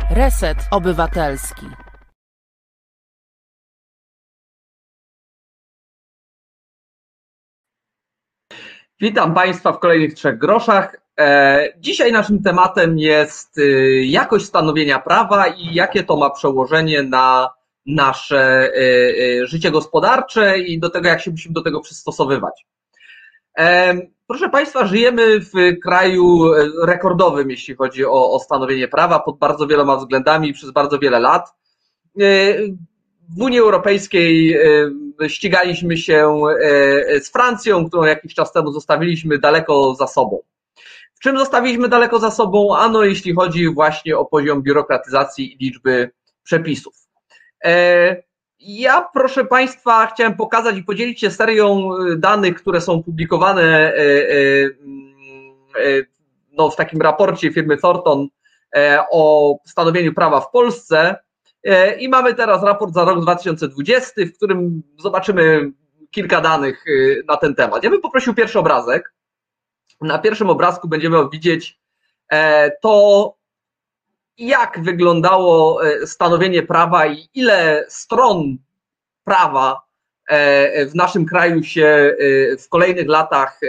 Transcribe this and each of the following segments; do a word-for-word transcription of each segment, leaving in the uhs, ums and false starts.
Reset Obywatelski. Witam Państwa w kolejnych trzech groszach. Dzisiaj naszym tematem jest jakość stanowienia prawa i jakie to ma przełożenie na nasze życie gospodarcze i do tego, jak się musimy do tego przystosowywać. Proszę Państwa, żyjemy w kraju rekordowym, jeśli chodzi o, o stanowienie prawa pod bardzo wieloma względami przez bardzo wiele lat. W Unii Europejskiej ścigaliśmy się z Francją, którą jakiś czas temu zostawiliśmy daleko za sobą. W czym zostawiliśmy daleko za sobą? Ano jeśli chodzi właśnie o poziom biurokratyzacji i liczby przepisów. Ja, proszę Państwa, chciałem pokazać i podzielić się serią danych, które są publikowane no, w takim raporcie firmy Thornton o stanowieniu prawa w Polsce. I mamy teraz raport za rok dwa tysiące dwudziesty, w którym zobaczymy kilka danych na ten temat. Ja bym poprosił pierwszy obrazek. Na pierwszym obrazku będziemy widzieć to, jak wyglądało stanowienie prawa i ile stron prawa w naszym kraju się w kolejnych latach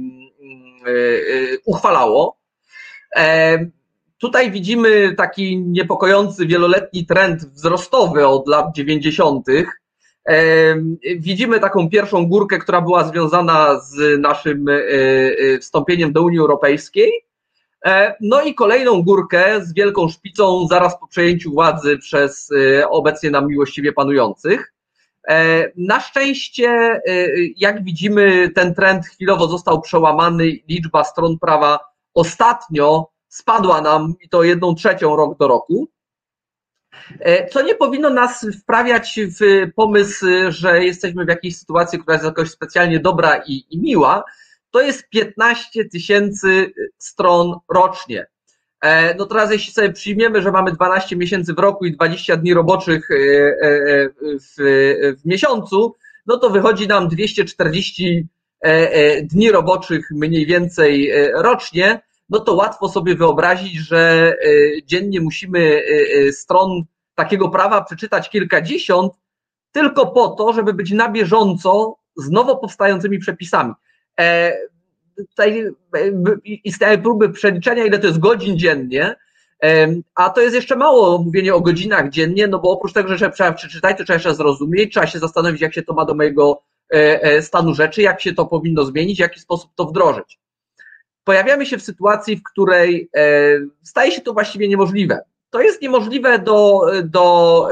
uchwalało. Tutaj widzimy taki niepokojący wieloletni trend wzrostowy od lat dziewięćdziesiątych. Widzimy taką pierwszą górkę, która była związana z naszym wstąpieniem do Unii Europejskiej. No i kolejną górkę z wielką szpicą zaraz po przejęciu władzy przez obecnie nam miłościwie panujących. Na szczęście, jak widzimy, ten trend chwilowo został przełamany. Liczba stron prawa ostatnio spadła nam, i to jedną trzecią rok do roku, co nie powinno nas wprawiać w pomysł, że jesteśmy w jakiejś sytuacji, która jest jakoś specjalnie dobra i, i miła. To jest piętnaście tysięcy stron rocznie. No teraz jeśli sobie przyjmiemy, że mamy dwanaście miesięcy w roku i dwadzieścia dni roboczych w, w miesiącu, no to wychodzi nam dwieście czterdzieści dni roboczych mniej więcej rocznie. No to łatwo sobie wyobrazić, że dziennie musimy stron takiego prawa przeczytać kilkadziesiąt tylko po to, żeby być na bieżąco z nowo powstającymi przepisami. Tutaj istnieją próby przeliczenia, ile to jest godzin dziennie, a to jest jeszcze mało mówienie o godzinach dziennie, no bo oprócz tego, że trzeba przeczytać, to trzeba jeszcze zrozumieć, trzeba się zastanowić, jak się to ma do mojego stanu rzeczy, jak się to powinno zmienić, w jaki sposób to wdrożyć. Pojawiamy się w sytuacji, w której staje się to właściwie niemożliwe. To jest niemożliwe do, do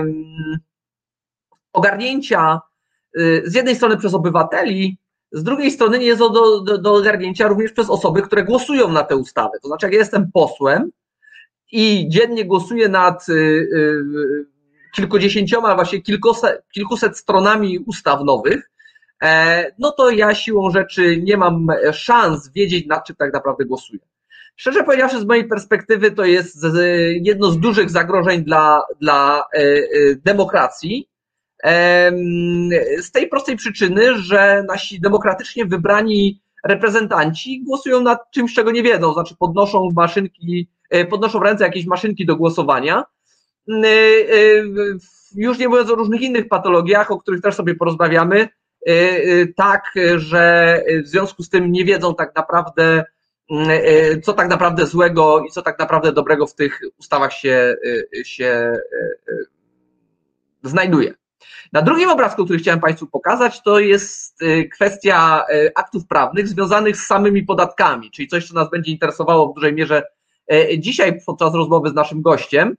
ogarnięcia z jednej strony przez obywateli, z drugiej strony nie jest do, do, do ogarnięcia również przez osoby, które głosują na te ustawy. To znaczy, jak ja jestem posłem i dziennie głosuję nad kilkudziesięcioma, właśnie kilkuset, kilkuset stronami ustaw nowych, no to ja siłą rzeczy nie mam szans wiedzieć, nad czym tak naprawdę głosuję. Szczerze powiedziawszy, z mojej perspektywy to jest jedno z dużych zagrożeń dla, dla demokracji. Z tej prostej przyczyny, że nasi demokratycznie wybrani reprezentanci głosują nad czymś, czego nie wiedzą, znaczy podnoszą maszynki, podnoszą w ręce jakieś maszynki do głosowania. Już nie mówiąc o różnych innych patologiach, o których też sobie porozmawiamy, tak, że w związku z tym nie wiedzą tak naprawdę, co tak naprawdę złego i co tak naprawdę dobrego w tych ustawach się, się znajduje. Na drugim obrazku, który chciałem Państwu pokazać, to jest kwestia aktów prawnych związanych z samymi podatkami, czyli coś, co nas będzie interesowało w dużej mierze dzisiaj podczas rozmowy z naszym gościem.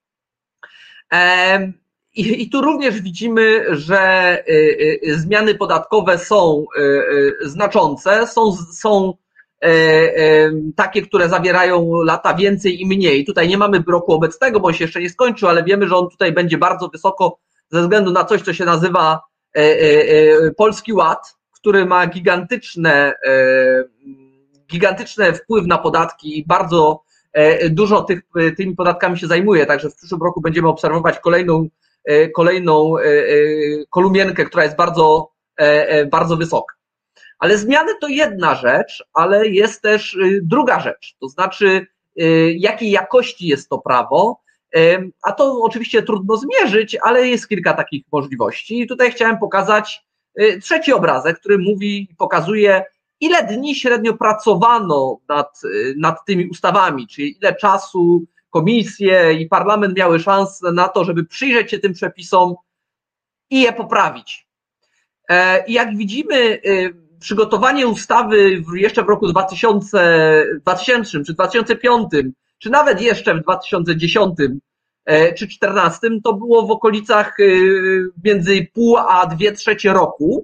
I, I tu również widzimy, że zmiany podatkowe są znaczące, są, są takie, które zawierają lata więcej i mniej. Tutaj nie mamy roku obecnego, bo on się jeszcze nie skończył, ale wiemy, że on tutaj będzie bardzo wysoko ze względu na coś, co się nazywa Polski Ład, który ma gigantyczne, gigantyczny wpływ na podatki i bardzo dużo tych, tymi podatkami się zajmuje, także w przyszłym roku będziemy obserwować kolejną kolejną kolumienkę, która jest bardzo, bardzo wysoka. Ale zmiany to jedna rzecz, ale jest też druga rzecz, to znaczy jakiej jakości jest to prawo A to oczywiście trudno zmierzyć, ale jest kilka takich możliwości. I tutaj chciałem pokazać trzeci obrazek, który mówi, pokazuje, ile dni średnio pracowano nad, nad tymi ustawami, czyli ile czasu komisje i parlament miały szansę na to, żeby przyjrzeć się tym przepisom i je poprawić. I jak widzimy, przygotowanie ustawy jeszcze w roku dwutysięcznym czy dwa tysiące piątym, czy nawet jeszcze w dwa tysiące dziesiątym czy dwa tysiące czternastym, to było w okolicach między pół a dwie trzecie roku.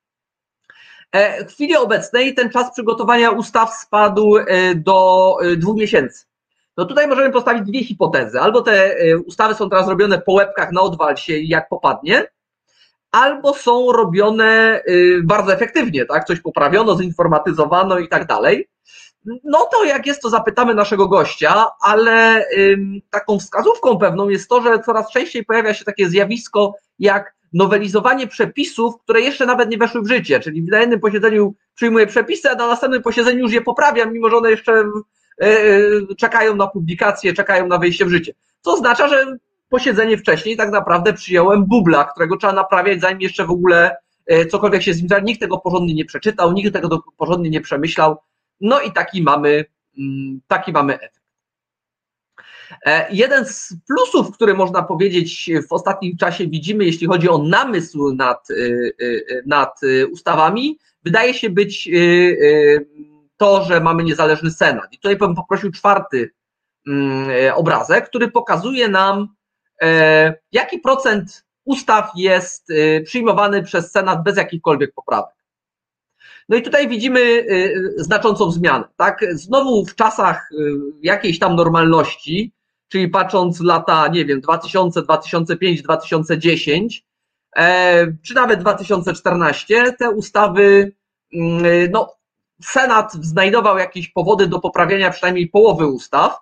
W chwili obecnej ten czas przygotowania ustaw spadł do dwóch miesięcy. No tutaj możemy postawić dwie hipotezy. Albo te ustawy są teraz robione po łebkach na odwal się jak popadnie, albo są robione bardzo efektywnie, tak? Coś poprawiono, zinformatyzowano i tak dalej. No to jak jest, to zapytamy naszego gościa, ale taką wskazówką pewną jest to, że coraz częściej pojawia się takie zjawisko jak nowelizowanie przepisów, które jeszcze nawet nie weszły w życie, czyli na jednym posiedzeniu przyjmuję przepisy, a na następnym posiedzeniu już je poprawiam, mimo że one jeszcze czekają na publikację, czekają na wejście w życie. Co oznacza, że posiedzenie wcześniej tak naprawdę przyjąłem bubla, którego trzeba naprawiać, zanim jeszcze w ogóle cokolwiek się z nim da. Nikt tego porządnie nie przeczytał, nikt tego porządnie nie przemyślał. No i taki mamy, taki mamy efekt. Jeden z plusów, który można powiedzieć w ostatnim czasie widzimy, jeśli chodzi o namysł nad, nad ustawami, wydaje się być to, że mamy niezależny Senat. I tutaj bym poprosił czwarty obrazek, który pokazuje nam, jaki procent ustaw jest przyjmowany przez Senat bez jakichkolwiek poprawek. No i tutaj widzimy znaczącą zmianę, tak? Znowu w czasach jakiejś tam normalności, czyli patrząc w lata, nie wiem, dwa tysiące, dwa tysiące piąty, dwa tysiące dziesiąty, czy nawet dwa tysiące czternasty, te ustawy, no, Senat znajdował jakieś powody do poprawienia przynajmniej połowy ustaw,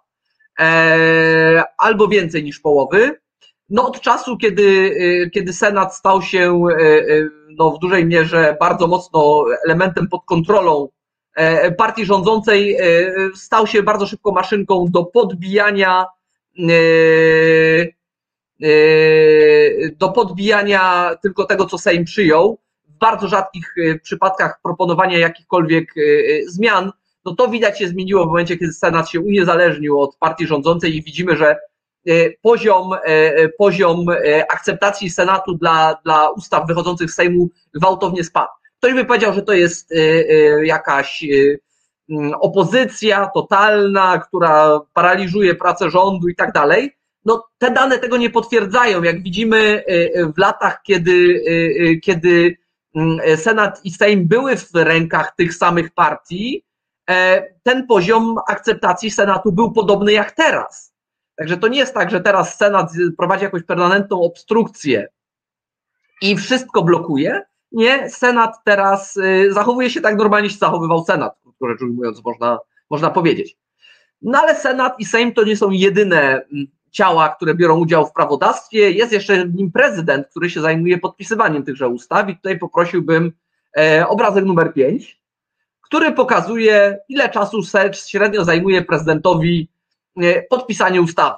albo więcej niż połowy. No od czasu, kiedy, kiedy Senat stał się no, w dużej mierze bardzo mocno elementem pod kontrolą partii rządzącej, stał się bardzo szybko maszynką do podbijania do podbijania tylko tego, co Sejm przyjął, w bardzo rzadkich przypadkach proponowania jakichkolwiek zmian. No to widać się zmieniło w momencie, kiedy Senat się uniezależnił od partii rządzącej i widzimy, że poziom, poziom akceptacji Senatu dla, dla ustaw wychodzących z Sejmu gwałtownie spadł. Ktoś by powiedział, że to jest jakaś opozycja totalna, która paraliżuje pracę rządu i tak dalej. No te dane tego nie potwierdzają. Jak widzimy w latach, kiedy, kiedy Senat i Sejm były w rękach tych samych partii, ten poziom akceptacji Senatu był podobny jak teraz. Także to nie jest tak, że teraz Senat prowadzi jakąś permanentną obstrukcję i wszystko blokuje. Nie, Senat teraz zachowuje się tak normalnie, się zachowywał Senat, krótko rzecz ujmując, można, można powiedzieć. No ale Senat i Sejm to nie są jedyne ciała, które biorą udział w prawodawstwie. Jest jeszcze nim prezydent, który się zajmuje podpisywaniem tychże ustaw i tutaj poprosiłbym obrazek numer pięć, który pokazuje, ile czasu średnio zajmuje prezydentowi podpisanie ustawy.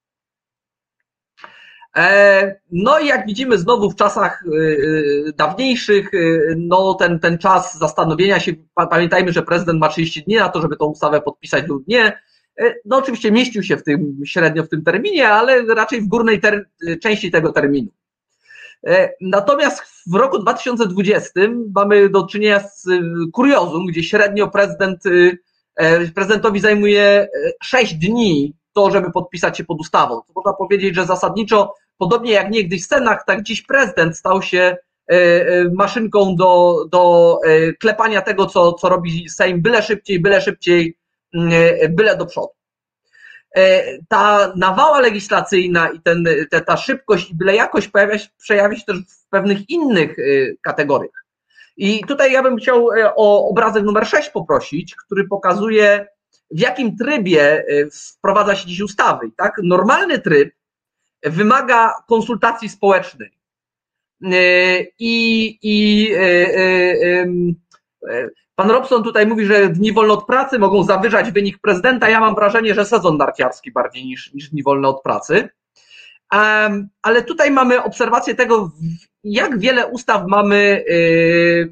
No i jak widzimy znowu w czasach dawniejszych, no ten, ten czas zastanowienia się, pamiętajmy, że prezydent ma trzydzieści dni na to, żeby tą ustawę podpisać lub nie. No oczywiście mieścił się w tym, średnio w tym terminie, ale raczej w górnej ter- części tego terminu. Natomiast w roku dwa tysiące dwudziestym mamy do czynienia z kuriozum, gdzie średnio prezydent, prezydentowi zajmuje sześć dni to, żeby podpisać się pod ustawą. To można powiedzieć, że zasadniczo, podobnie jak niegdyś Senat, tak dziś prezydent stał się maszynką do, do klepania tego, co, co robi Sejm, byle szybciej, byle szybciej, byle do przodu. Ta nawała legislacyjna i ten, te, ta szybkość i byle jakość pojawia się, przejawia się też w pewnych innych kategoriach. I tutaj ja bym chciał o obrazek numer sześć poprosić, który pokazuje, w jakim trybie wprowadza się dziś ustawy. Tak? Normalny tryb wymaga konsultacji społecznej i, i Pan Robson tutaj mówi, że dni wolne od pracy mogą zawyżać wynik prezydenta. Ja mam wrażenie, że sezon narciarski bardziej niż, niż dni wolne od pracy. Um, ale tutaj mamy obserwację tego, jak wiele ustaw mamy, yy,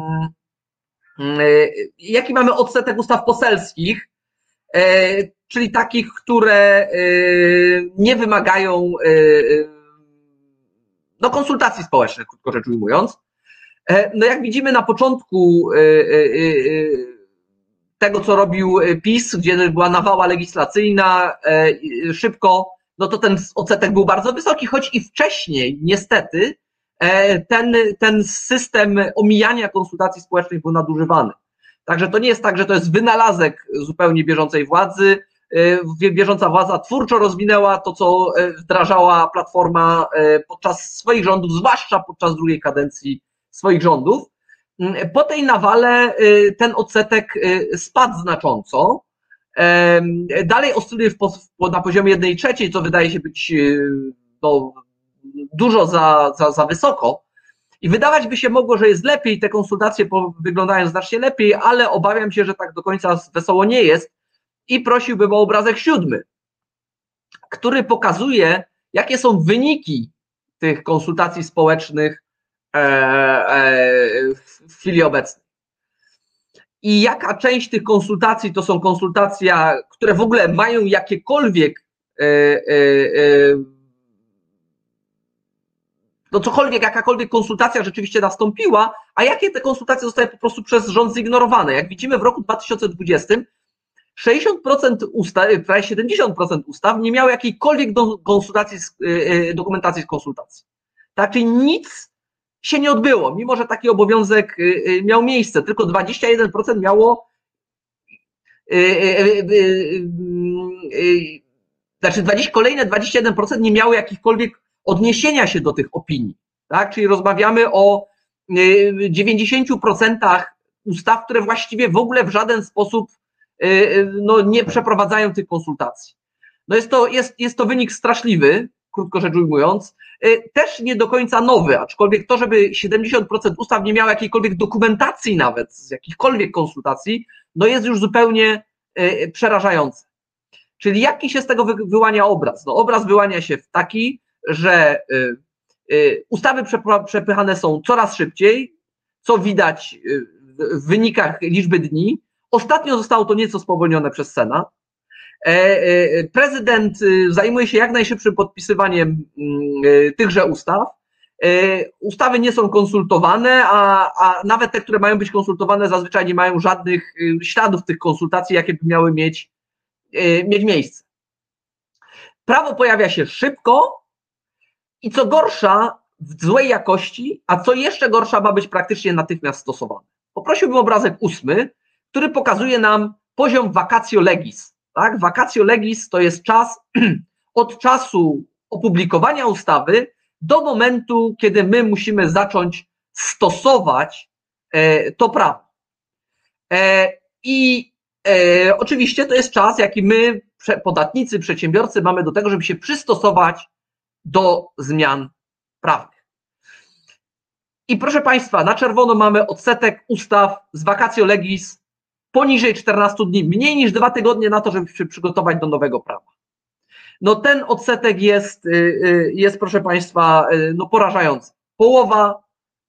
yy, jaki mamy odsetek ustaw poselskich, yy, czyli takich, które yy, nie wymagają yy, no, konsultacji społecznych, krótko rzecz ujmując. No jak widzimy na początku tego, co robił PiS, gdzie była nawała legislacyjna szybko, no to ten odsetek był bardzo wysoki, choć i wcześniej niestety ten, ten system omijania konsultacji społecznych był nadużywany. Także to nie jest tak, że to jest wynalazek zupełnie bieżącej władzy. Bieżąca władza twórczo rozwinęła to, co wdrażała Platforma podczas swoich rządów, zwłaszcza podczas drugiej kadencji swoich rządów. Po tej nawale ten odsetek spadł znacząco. Dalej oscyluje na poziomie jednej trzeciej, co wydaje się być no, dużo za, za, za wysoko. I wydawać by się mogło, że jest lepiej, te konsultacje wyglądają znacznie lepiej, ale obawiam się, że tak do końca wesoło nie jest. I prosiłbym o obrazek siódmy, który pokazuje, jakie są wyniki tych konsultacji społecznych w chwili obecnej. I jaka część tych konsultacji to są konsultacje, które w ogóle mają jakiekolwiek, no cokolwiek, jakakolwiek konsultacja rzeczywiście nastąpiła, a jakie te konsultacje zostały po prostu przez rząd zignorowane. Jak widzimy w roku dwa tysiące dwudziestym sześćdziesiąt procent ustaw, prawie siedemdziesiąt procent ustaw nie miało jakiejkolwiek konsultacji, dokumentacji z konsultacji. Tak, czyli nic się nie odbyło, mimo że taki obowiązek miał miejsce, tylko dwadzieścia jeden procent miało, znaczy dwadzieścia, kolejne dwadzieścia jeden procent nie miało jakichkolwiek odniesienia się do tych opinii, tak, czyli rozmawiamy o dziewięćdziesięciu procentach ustaw, które właściwie w ogóle w żaden sposób no, nie przeprowadzają tych konsultacji. No jest to, jest, jest to wynik straszliwy, krótko rzecz ujmując, też nie do końca nowy, aczkolwiek to, żeby siedemdziesiąt procent ustaw nie miało jakiejkolwiek dokumentacji nawet, z jakichkolwiek konsultacji, no jest już zupełnie przerażające. Czyli jaki się z tego wyłania obraz? No obraz wyłania się w taki, że ustawy przepychane są coraz szybciej, co widać w wynikach liczby dni. Ostatnio zostało to nieco spowolnione przez Senat. Prezydent zajmuje się jak najszybszym podpisywaniem tychże ustaw. Ustawy nie są konsultowane, a, a nawet te, które mają być konsultowane, zazwyczaj nie mają żadnych śladów tych konsultacji, jakie by miały mieć, mieć miejsce. Prawo pojawia się szybko i co gorsza, w złej jakości, a co jeszcze gorsza, ma być praktycznie natychmiast stosowane. Poprosiłbym o obrazek ósmy, który pokazuje nam poziom vacatio legis. Tak? Vacatio legis to jest czas od czasu opublikowania ustawy do momentu, kiedy my musimy zacząć stosować e, to prawo. E, I e, oczywiście to jest czas, jaki my, podatnicy, przedsiębiorcy, mamy do tego, żeby się przystosować do zmian prawnych. I proszę Państwa, na czerwono mamy odsetek ustaw z vacatio legis poniżej czternastu dni, mniej niż dwa tygodnie na to, żeby się przygotować do nowego prawa. No ten odsetek jest, jest proszę Państwa, no porażający. Połowa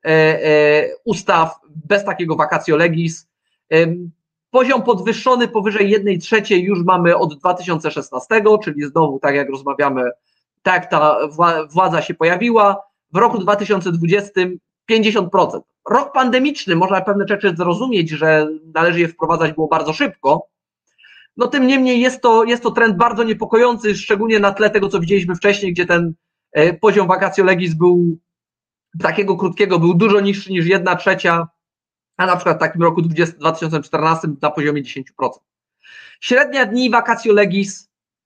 ustaw bez takiego vacatio legis. Poziom podwyższony powyżej jednej trzeciej już mamy od dwa tysiące szesnastego, czyli znowu tak jak rozmawiamy, tak jak ta władza się pojawiła. W roku dwa tysiące dwudziestym pięćdziesiąt procent. Rok pandemiczny, można pewne rzeczy zrozumieć, że należy je wprowadzać było bardzo szybko. No tym niemniej jest to, jest to trend bardzo niepokojący, szczególnie na tle tego, co widzieliśmy wcześniej, gdzie ten poziom vacatio legis był takiego krótkiego, był dużo niższy niż jedna trzecia, a na przykład w takim roku dwa tysiące czternastym na poziomie dziesięć procent. Średnia dni vacatio legis,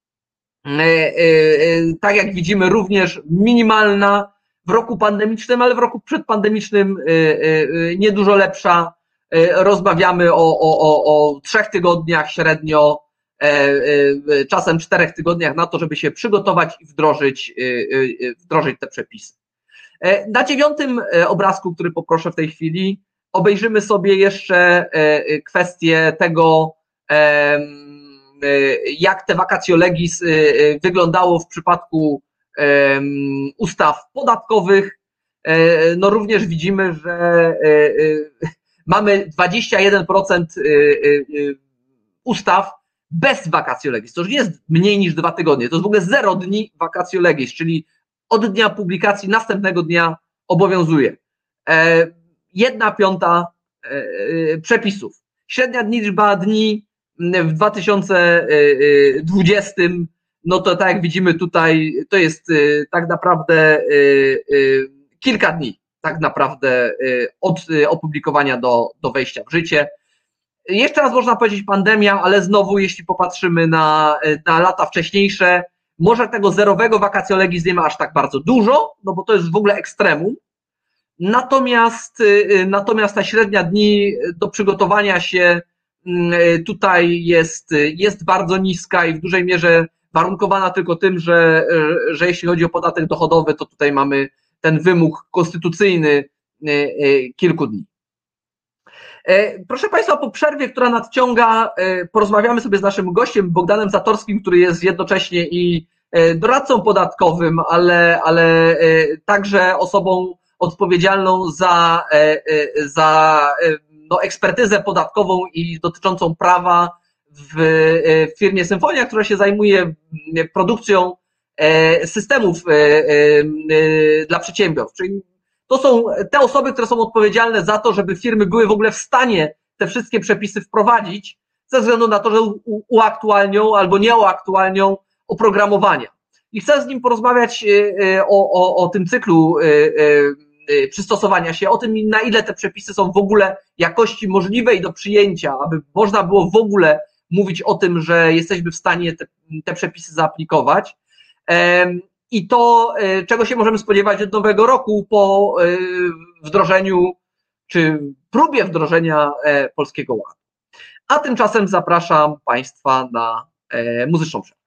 tak jak widzimy, również minimalna w roku pandemicznym, ale w roku przedpandemicznym niedużo lepsza. Rozmawiamy o, o, o, o trzech tygodniach średnio, czasem czterech tygodniach na to, żeby się przygotować i wdrożyć, wdrożyć te przepisy. Na dziewiątym obrazku, który poproszę w tej chwili, obejrzymy sobie jeszcze kwestię tego, jak te vacatio legis wyglądało w przypadku ustaw podatkowych. No również widzimy, że mamy dwadzieścia jeden procent ustaw bez vacatio legis. To już nie jest mniej niż dwa tygodnie, to jest w ogóle zero dni vacatio legis, czyli od dnia publikacji następnego dnia obowiązuje. Jedna piąta przepisów. Średnia liczba dni w dwa tysiące dwudziestym, no to tak jak widzimy tutaj, to jest tak naprawdę kilka dni, tak naprawdę od opublikowania do, do wejścia w życie. Jeszcze raz można powiedzieć pandemia, ale znowu jeśli popatrzymy na, na lata wcześniejsze, może tego zerowego vacatio legis nie ma aż tak bardzo dużo, no bo to jest w ogóle ekstremum. Natomiast, natomiast ta średnia dni do przygotowania się tutaj jest, jest bardzo niska i w dużej mierze warunkowana tylko tym, że, że jeśli chodzi o podatek dochodowy, to tutaj mamy ten wymóg konstytucyjny kilku dni. Proszę Państwa, po przerwie, która nadciąga, porozmawiamy sobie z naszym gościem Bogdanem Zatorskim, który jest jednocześnie i doradcą podatkowym, ale, ale także osobą odpowiedzialną za, za no, ekspertyzę podatkową i dotyczącą prawa w firmie Symfonia, która się zajmuje produkcją systemów dla przedsiębiorstw. Czyli to są te osoby, które są odpowiedzialne za to, żeby firmy były w ogóle w stanie te wszystkie przepisy wprowadzić, ze względu na to, że uaktualnią albo nie uaktualnią oprogramowania. I chcę z nim porozmawiać o, o, o tym cyklu przystosowania się, o tym, na ile te przepisy są w ogóle jakości możliwej do przyjęcia, aby można było w ogóle mówić o tym, że jesteśmy w stanie te, te przepisy zaaplikować. I to, czego się możemy spodziewać od nowego roku po wdrożeniu, czy próbie wdrożenia Polskiego Ładu. A tymczasem zapraszam Państwa na muzyczną przerwę.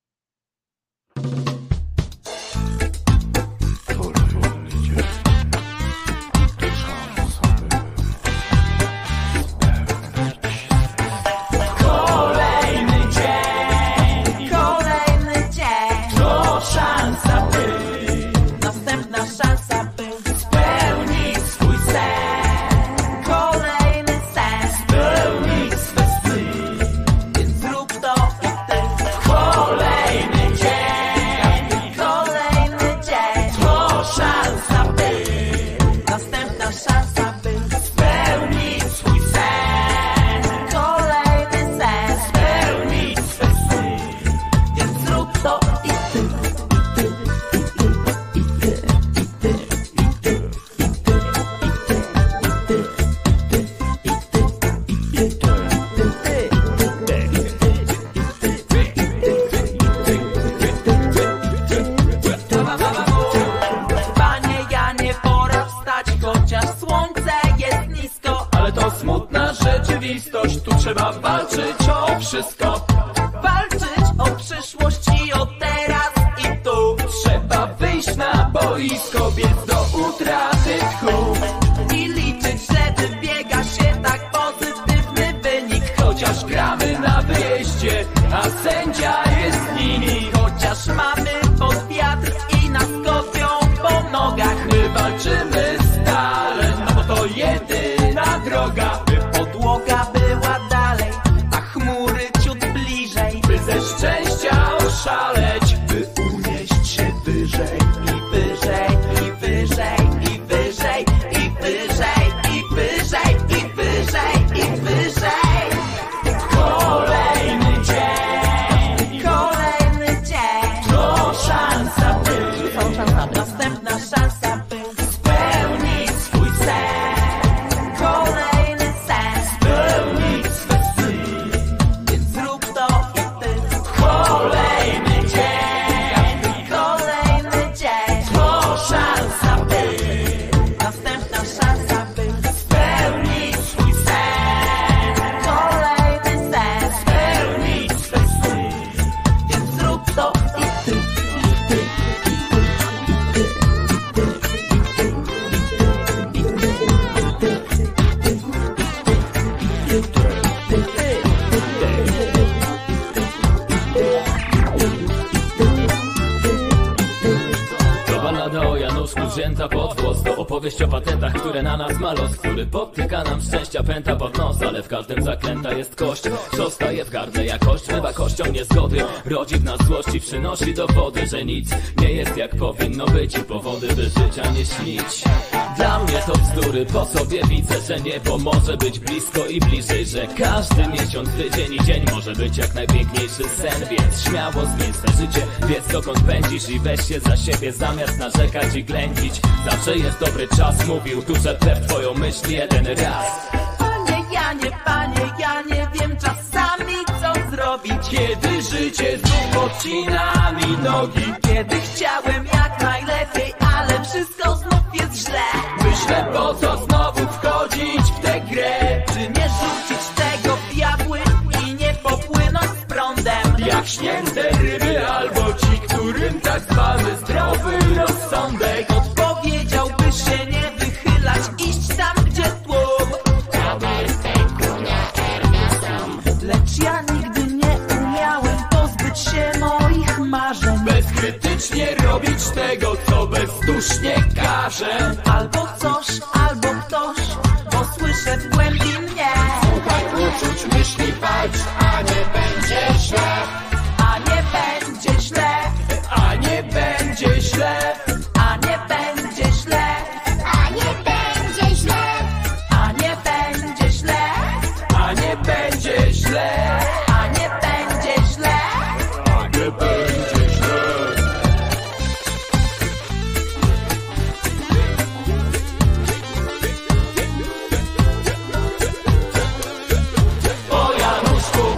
Tu trzeba walczyć o wszystko. Walczyć o przyszłość i o teraz i tu. Trzeba wyjść na boisko, biec do utraty tchu. I liczyć, że wybiega się tak pozytywny wynik. Chociaż gramy na wyjeździe, a sędzia jest z nimi. Chociaż mamy pod wiatr i nas kopią po nogach. My walczymy stale, no bo to jedyna droga. By podłoga była dalej, a chmury ciut bliżej. By ze szczęścia oszaleć, by unieść się wyżej i wyżej, i wyżej, i wyżej, i wyżej. Balada o Januszku wzięta pod włos. To opowieść o patentach, które na nas ma los, który podtyka nam szczęścia pęta pod nos. Ale w każdym zaklęta jest kość, zostaje w gardle jakość. Bywa kością niezgody, rodzi w nas złość i przynosi dowody, że nic nie jest jak powinno być i powody, by życia nie śnić. Dla mnie to bzdury, po sobie widzę, że niebo może być blisko i bliżej, że każdy miesiąc, tydzień i dzień może być jak najpiękniejszy sen. Więc śmiało zmień swe życie, wiedz dokąd pędzisz i weź się za siebie zamiast narzekać i ględzić. Zawsze jest dobry czas, mówił tu, że w twoją myśl jeden raz. Panie Janie, panie, ja nie wiem czasami co zrobić, Kiedy życie znów podcina mi nogi, kiedy chciałem jak najlepiej, ale wszystko znów jest źle. myślę po co znowu wchodzić w tę grę. Czy nie rzucić tego w diabły i nie popłynąć z prądem? Jak śnięte ryby albo ci, którym tak zwany zdrowy rozsądek Odpowiedziałby się nie wychylać, iść tam gdzie tłum. Lecz ja nigdy nie umiałem pozbyć się moich marzeń. bezkrytycznie robić tego, co bezdusznie każe. Albo coś, albo ktoś, bo słyszę w głębi mnie. Słuchaj uczuć, myśli, patrz, a nie będzie źle, A nie będzie źle, a nie będzie źle, a nie będzie źle, A nie będzie źle, a nie będzie źle, a nie będzie źle, a nie będzie źle. a nie będzie źle. O Januszku!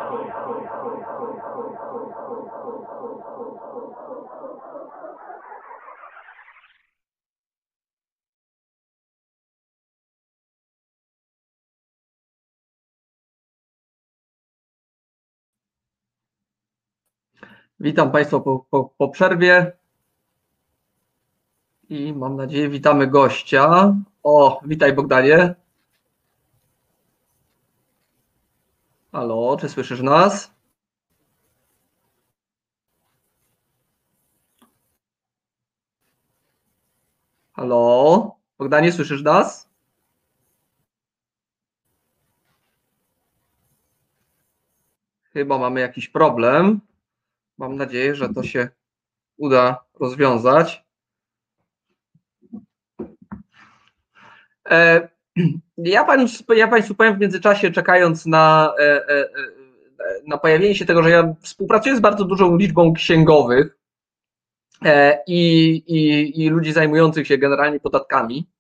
Witam Państwa po, po, po przerwie i mam nadzieję witamy gościa. O, witaj Bogdanie. Halo, czy słyszysz nas? Halo, Bogdanie, słyszysz nas? Chyba mamy jakiś problem. Mam nadzieję, że to się uda rozwiązać. Ja Państwu, ja Państwu powiem w międzyczasie, czekając na, na pojawienie się tego, że ja współpracuję z bardzo dużą liczbą księgowych i, i, i ludzi zajmujących się generalnie podatkami.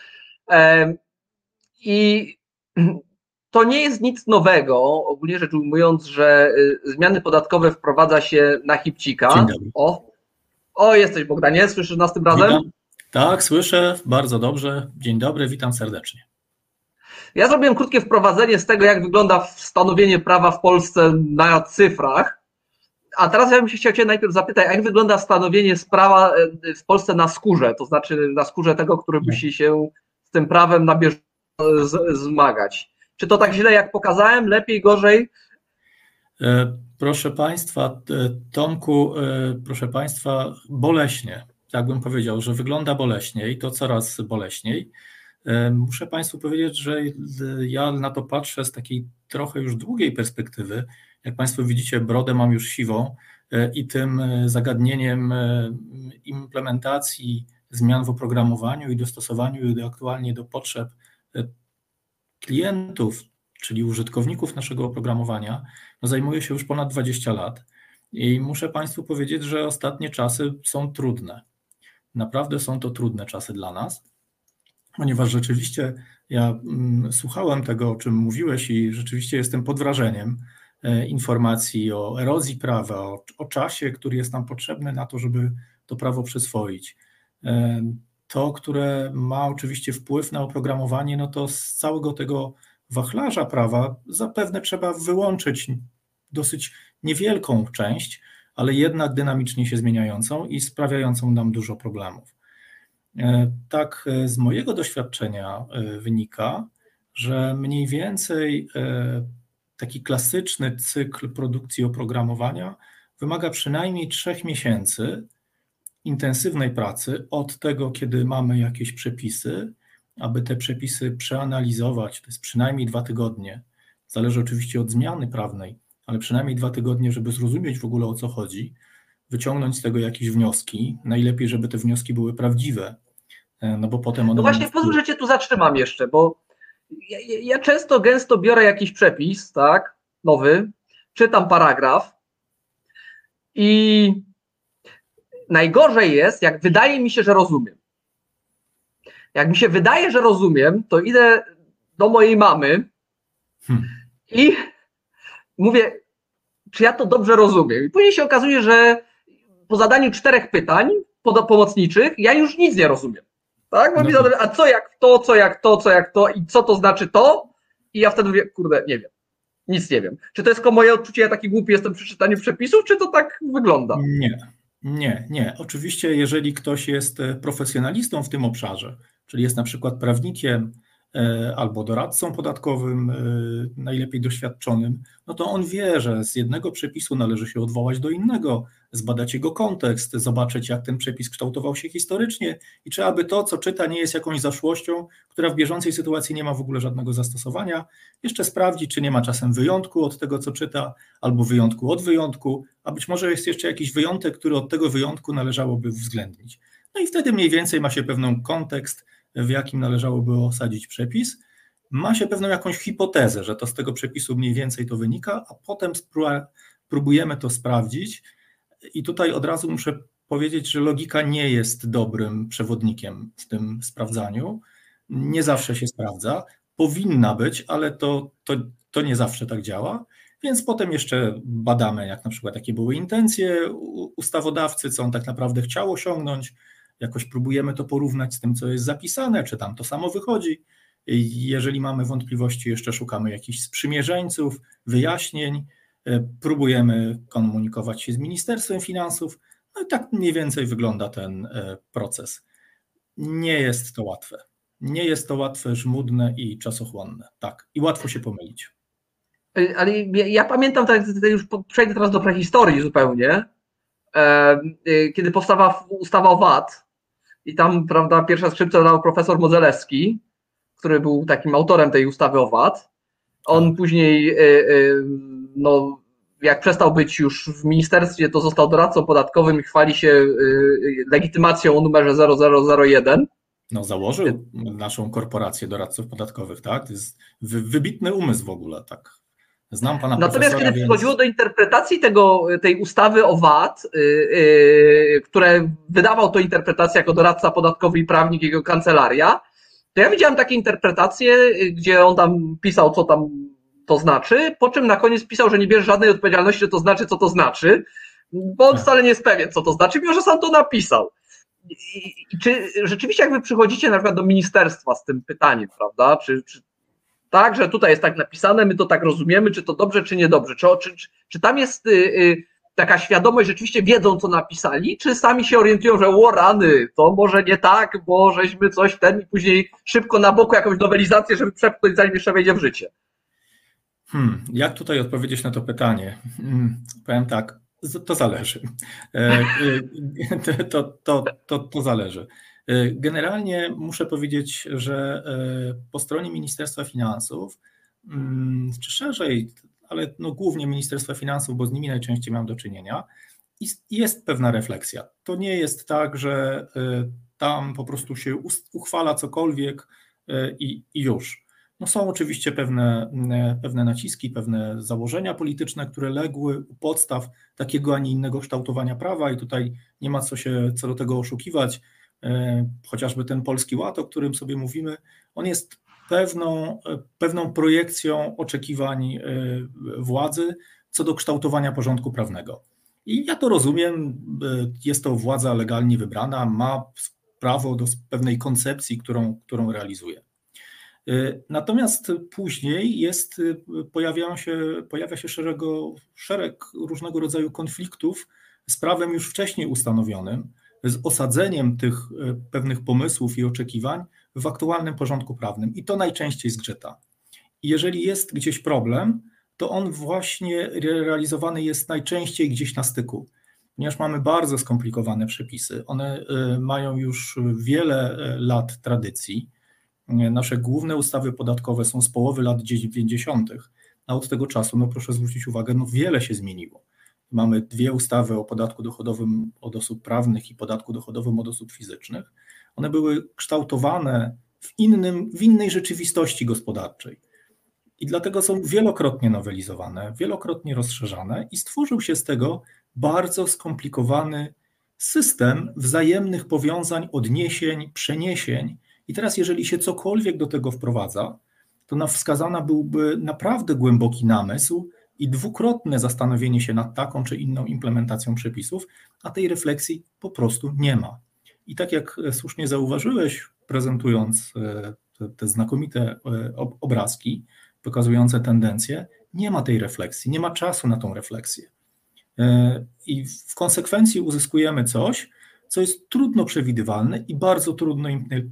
I to nie jest nic nowego, ogólnie rzecz ujmując, że zmiany podatkowe wprowadza się na chybcika. Dzień dobry. O, o, jesteś Bogdanie, słyszysz nas tym razem? Witam. Tak, słyszę, bardzo dobrze. Dzień dobry, witam serdecznie. Ja zrobiłem krótkie wprowadzenie z tego, jak wygląda stanowienie prawa w Polsce na cyfrach, a teraz ja bym się chciał Cię najpierw zapytać, jak wygląda stanowienie prawa w Polsce na skórze, to znaczy na skórze tego, który musi się z tym prawem na bieżąco zmagać. Czy to tak źle, jak pokazałem? Lepiej, gorzej? Proszę Państwa, Tomku, proszę Państwa, boleśnie. Tak bym powiedział, że wygląda boleśnie i to coraz boleśniej. Muszę Państwu powiedzieć, że ja na to patrzę z takiej trochę już długiej perspektywy. Jak Państwo widzicie, brodę mam już siwą i tym zagadnieniem implementacji zmian w oprogramowaniu i dostosowaniu aktualnie do potrzeb klientów, czyli użytkowników naszego oprogramowania, no zajmuję się już ponad dwadzieścia lat i muszę Państwu powiedzieć, że ostatnie czasy są trudne. Naprawdę są to trudne czasy dla nas, ponieważ rzeczywiście ja mm, słuchałem tego, o czym mówiłeś i rzeczywiście jestem pod wrażeniem e, informacji o erozji prawa, o, o czasie, który jest nam potrzebny na to, żeby to prawo przyswoić. E, to, które ma oczywiście wpływ na oprogramowanie, no to z całego tego wachlarza prawa zapewne trzeba wyłączyć dosyć niewielką część, ale jednak dynamicznie się zmieniającą i sprawiającą nam dużo problemów. Tak z mojego doświadczenia wynika, że mniej więcej taki klasyczny cykl produkcji oprogramowania wymaga przynajmniej trzech miesięcy intensywnej pracy od tego, kiedy mamy jakieś przepisy, aby te przepisy przeanalizować, to jest przynajmniej dwa tygodnie, zależy oczywiście od zmiany prawnej, ale przynajmniej dwa tygodnie, żeby zrozumieć w ogóle o co chodzi, wyciągnąć z tego jakieś wnioski, najlepiej, żeby te wnioski były prawdziwe, no bo potem one... No właśnie, pozwól, że cię tu zatrzymam jeszcze, bo ja, ja często, gęsto biorę jakiś przepis, tak, nowy, czytam paragraf i najgorzej jest, jak wydaje mi się, że rozumiem. Jak mi się wydaje, że rozumiem, to idę do mojej mamy hmm. i mówię, czy ja to dobrze rozumiem. I później się okazuje, że po zadaniu czterech pytań pomocniczych ja już nic nie rozumiem. Tak? Bo no. mi zadaje, a co jak to, co jak to, co jak to i co to znaczy to? I ja wtedy mówię, kurde, nie wiem. Nic nie wiem. Czy to jest tylko moje odczucie, ja taki głupi jestem przy czytaniu przepisów, czy to tak wygląda? Nie, nie, nie. Oczywiście jeżeli ktoś jest profesjonalistą w tym obszarze, czyli jest na przykład prawnikiem albo doradcą podatkowym, najlepiej doświadczonym, no to on wie, że z jednego przepisu należy się odwołać do innego, zbadać jego kontekst, zobaczyć, jak ten przepis kształtował się historycznie i czy aby to, co czyta, nie jest jakąś zaszłością, która w bieżącej sytuacji nie ma w ogóle żadnego zastosowania, jeszcze sprawdzić, czy nie ma czasem wyjątku od tego, co czyta, albo wyjątku od wyjątku, a być może jest jeszcze jakiś wyjątek, który od tego wyjątku należałoby uwzględnić. No i wtedy mniej więcej ma się pewną kontekst, w jakim należałoby osadzić przepis, ma się pewną jakąś hipotezę, że to z tego przepisu mniej więcej to wynika, a potem próbujemy to sprawdzić i tutaj od razu muszę powiedzieć, że logika nie jest dobrym przewodnikiem w tym sprawdzaniu, nie zawsze się sprawdza, powinna być, ale to, to, to nie zawsze tak działa, więc potem jeszcze badamy, jak na przykład jakie były intencje ustawodawcy, co on tak naprawdę chciał osiągnąć, jakoś próbujemy to porównać z tym, co jest zapisane, czy tam to samo wychodzi. Jeżeli mamy wątpliwości, jeszcze szukamy jakichś sprzymierzeńców, wyjaśnień, próbujemy komunikować się z Ministerstwem Finansów. No i tak mniej więcej wygląda ten proces. Nie jest to łatwe. Nie jest to łatwe, żmudne i czasochłonne. Tak, i łatwo się pomylić. Ale ja, ja pamiętam, tak, już przejdę teraz do prehistorii zupełnie, kiedy powstała ustawa o V A T i tam, prawda, pierwsza skrzypce dał profesor Modzelewski, który był takim autorem tej ustawy o V A T. On tak. później, no, jak przestał być już w ministerstwie, to został doradcą podatkowym i chwali się legitymacją o numerze zero zero zero jeden. No, założył naszą korporację doradców podatkowych, tak? To jest wybitny umysł w ogóle, tak. Znam pana Natomiast kiedy więc... przychodziło do interpretacji tego, tej ustawy o V A T, yy, yy, które wydawał to interpretację jako doradca podatkowy i prawnik, jego kancelaria, to ja widziałem takie interpretacje, gdzie on tam pisał, co tam to znaczy, po czym na koniec pisał, że nie bierze żadnej odpowiedzialności, że to znaczy, co to znaczy, bo on wcale nie jest pewien, co to znaczy, mimo że sam to napisał. I, i czy rzeczywiście, jak wy przychodzicie na przykład do ministerstwa z tym pytaniem, prawda, czy, czy tak, że tutaj jest tak napisane, my to tak rozumiemy, czy to dobrze, czy niedobrze, czy, czy, czy tam jest y, y, taka świadomość, rzeczywiście wiedzą, co napisali, czy sami się orientują, że o rany, to może nie tak, bo żeśmy coś ten i później szybko na boku jakąś nowelizację, żeby przepchnąć, zanim jeszcze wejdzie w życie. Hmm, jak tutaj odpowiedzieć na to pytanie? Hmm, powiem tak, to zależy. To, to, to, to zależy. Generalnie muszę powiedzieć, że po stronie Ministerstwa Finansów, czy szerzej, ale no głównie Ministerstwa Finansów, bo z nimi najczęściej mam do czynienia, jest pewna refleksja. To nie jest tak, że tam po prostu się uchwala cokolwiek i, i już. No są oczywiście pewne, pewne naciski, pewne założenia polityczne, które legły u podstaw takiego, a nie innego kształtowania prawa i tutaj nie ma co się co do tego oszukiwać. Chociażby ten Polski Ład, o którym sobie mówimy, on jest pewną, pewną projekcją oczekiwań władzy co do kształtowania porządku prawnego. I ja to rozumiem, jest to władza legalnie wybrana, ma prawo do pewnej koncepcji, którą, którą realizuje. Natomiast później jest, pojawiają się, pojawia się szeregu, szereg różnego rodzaju konfliktów z prawem już wcześniej ustanowionym, z osadzeniem tych pewnych pomysłów i oczekiwań w aktualnym porządku prawnym i to najczęściej zgrzyta. I jeżeli jest gdzieś problem, to on właśnie realizowany jest najczęściej gdzieś na styku, ponieważ mamy bardzo skomplikowane przepisy. One mają już wiele lat tradycji. Nasze główne ustawy podatkowe są z połowy lat dziewięćdziesiątych, a od tego czasu, no proszę zwrócić uwagę, no wiele się zmieniło. Mamy dwie ustawy o podatku dochodowym od osób prawnych i podatku dochodowym od osób fizycznych. One były kształtowane w, innym, w innej rzeczywistości gospodarczej i dlatego są wielokrotnie nowelizowane, wielokrotnie rozszerzane i stworzył się z tego bardzo skomplikowany system wzajemnych powiązań, odniesień, przeniesień. I teraz jeżeli się cokolwiek do tego wprowadza, to wskazana byłby naprawdę głęboki namysł i dwukrotne zastanowienie się nad taką czy inną implementacją przepisów, a tej refleksji po prostu nie ma. I tak jak słusznie zauważyłeś, prezentując te, te znakomite obrazki pokazujące tendencje, nie ma tej refleksji, nie ma czasu na tą refleksję. I w konsekwencji uzyskujemy coś, co jest trudno przewidywalne i bardzo trudno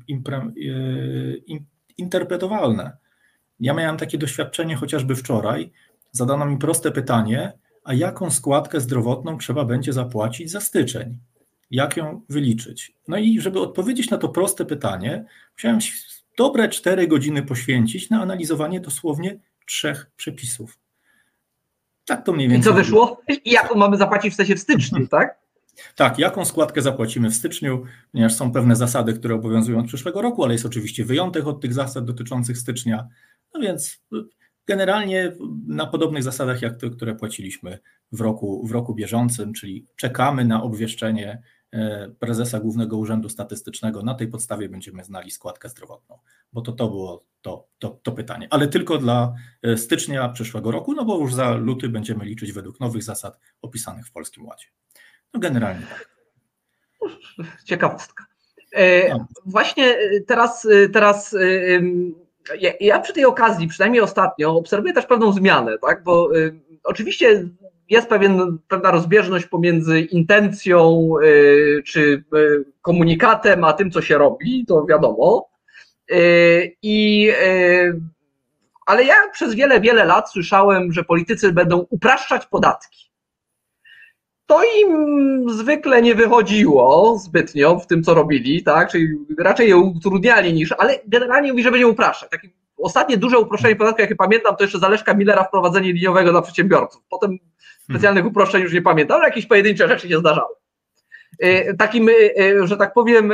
interpretowalne. Ja miałem takie doświadczenie chociażby wczoraj. Zadano mi proste pytanie, a jaką składkę zdrowotną trzeba będzie zapłacić za styczeń? Jak ją wyliczyć? No i żeby odpowiedzieć na to proste pytanie, musiałem dobre cztery godziny poświęcić na analizowanie dosłownie trzech przepisów. Tak to mniej więcej. I co wyszło? I jaką mamy zapłacić w sensie w styczniu, tak? Tak, jaką składkę zapłacimy w styczniu, ponieważ są pewne zasady, które obowiązują od przyszłego roku, ale jest oczywiście wyjątek od tych zasad dotyczących stycznia. No więc generalnie na podobnych zasadach jak te, które płaciliśmy w roku, w roku bieżącym, czyli czekamy na obwieszczenie prezesa Głównego Urzędu Statystycznego. Na tej podstawie będziemy znali składkę zdrowotną, bo to, to było to, to, to pytanie. Ale tylko dla stycznia przyszłego roku, no bo już za luty będziemy liczyć według nowych zasad opisanych w Polskim Ładzie. No generalnie tak. Ciekawostka. E, właśnie teraz, teraz ja, ja przy tej okazji, przynajmniej ostatnio, obserwuję też pewną zmianę, tak? Bo y, oczywiście jest pewien, pewna rozbieżność pomiędzy intencją y, czy y, komunikatem, a tym, co się robi, to wiadomo. Y, i, y, ale ja przez wiele, wiele lat słyszałem, że politycy będą upraszczać podatki. To im zwykle nie wychodziło zbytnio w tym, co robili, tak? Czyli raczej je utrudniali niż, ale generalnie mówi, że będzie upraszczać. Takie ostatnie duże uproszczenie podatku, jakie pamiętam, to jeszcze za Leszka Millera wprowadzenie liniowego dla przedsiębiorców. Potem specjalnych uproszczeń już nie pamiętam, ale jakieś pojedyncze rzeczy się zdarzały. Takim, że tak powiem,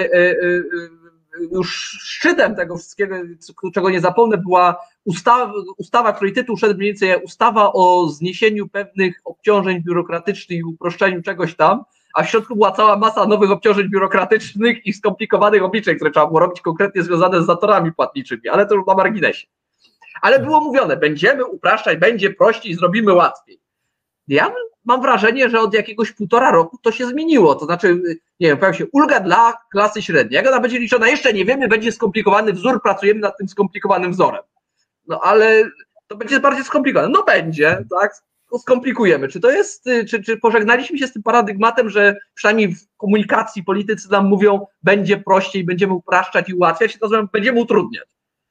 już szczytem tego wszystkiego, czego nie zapomnę, była ustawa, ustawa, której tytuł szedł mniej więcej ustawa o zniesieniu pewnych obciążeń biurokratycznych i uproszczeniu czegoś tam, a w środku była cała masa nowych obciążeń biurokratycznych i skomplikowanych obliczeń, które trzeba było robić konkretnie związane z zatorami płatniczymi, ale to już na marginesie. Ale było mówione, będziemy upraszczać, będzie prościej, zrobimy łatwiej. Ja mam wrażenie, że od jakiegoś półtora roku to się zmieniło, to znaczy, nie wiem, pojawiła się ulga dla klasy średniej. Jak ona będzie liczona, jeszcze nie wiemy, będzie skomplikowany wzór, pracujemy nad tym skomplikowanym wzorem. No ale to będzie bardziej skomplikowane. No będzie, tak, skomplikujemy. Czy to jest, czy, czy pożegnaliśmy się z tym paradygmatem, że przynajmniej w komunikacji politycy nam mówią, będzie prościej, będziemy upraszczać i ułatwiać, to znaczy będziemy utrudniać?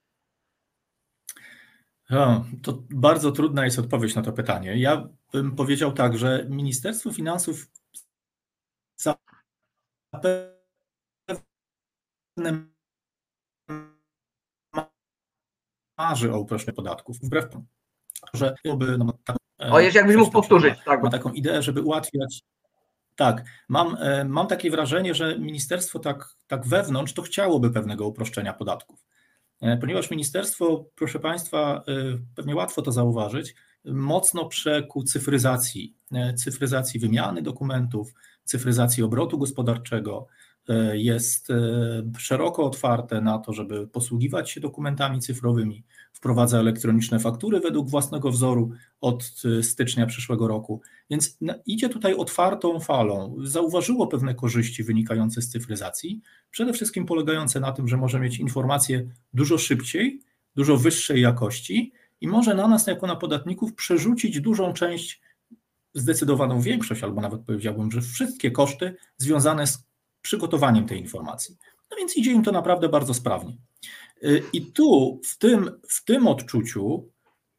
O, to bardzo trudna jest odpowiedź na to pytanie. Ja bym powiedział tak, że Ministerstwo Finansów zapewne marzy o uproszczeniu podatków, wbrew temu, że byłoby no, tak, o, jakbyś mógł powtórzyć, ma, tak. ma taką ideę, żeby ułatwiać. Tak, mam, mam takie wrażenie, że ministerstwo tak, tak wewnątrz to chciałoby pewnego uproszczenia podatków. Ponieważ ministerstwo, proszę Państwa, pewnie łatwo to zauważyć, mocno przekuł cyfryzacji, cyfryzacji wymiany dokumentów, cyfryzacji obrotu gospodarczego, jest szeroko otwarte na to, żeby posługiwać się dokumentami cyfrowymi, wprowadza elektroniczne faktury według własnego wzoru od stycznia przyszłego roku, więc idzie tutaj otwartą falą, zauważyło pewne korzyści wynikające z cyfryzacji, przede wszystkim polegające na tym, że może mieć informacje dużo szybciej, dużo wyższej jakości i może na nas jako na podatników przerzucić dużą część, zdecydowaną większość, albo nawet powiedziałbym, że wszystkie koszty związane z przygotowaniem tej informacji. No więc idzie im to naprawdę bardzo sprawnie. I tu w tym, w tym odczuciu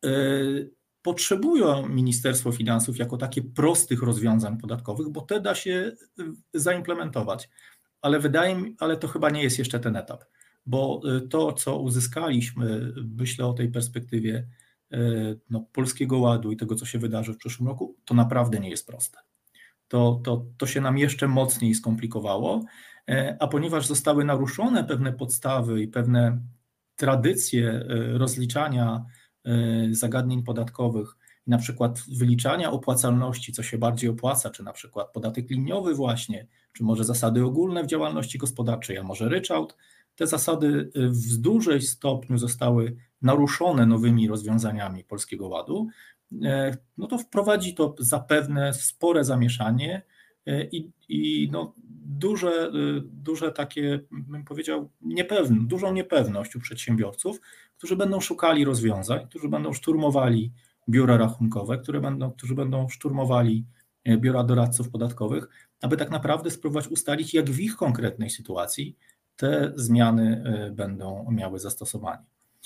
potrzebują Ministerstwo Finansów jako takie prostych rozwiązań podatkowych, bo te da się zaimplementować. Ale wydaje mi, ale to chyba nie jest jeszcze ten etap, bo to, co uzyskaliśmy, myślę o tej perspektywie no, Polskiego Ładu i tego, co się wydarzy w przyszłym roku, to naprawdę nie jest proste. To, to, to się nam jeszcze mocniej skomplikowało, a ponieważ zostały naruszone pewne podstawy i pewne tradycje rozliczania zagadnień podatkowych, na przykład wyliczania opłacalności, co się bardziej opłaca, czy na przykład podatek liniowy właśnie, czy może zasady ogólne w działalności gospodarczej, a może ryczałt, te zasady w dużym stopniu zostały naruszone nowymi rozwiązaniami Polskiego Ładu, no to wprowadzi to zapewne spore zamieszanie i, i no duże, duże takie, bym powiedział, niepewne, dużą niepewność u przedsiębiorców, którzy będą szukali rozwiązań, którzy będą szturmowali biura rachunkowe, które będą, którzy będą szturmowali biura doradców podatkowych, aby tak naprawdę spróbować ustalić, jak w ich konkretnej sytuacji te zmiany będą miały zastosowanie.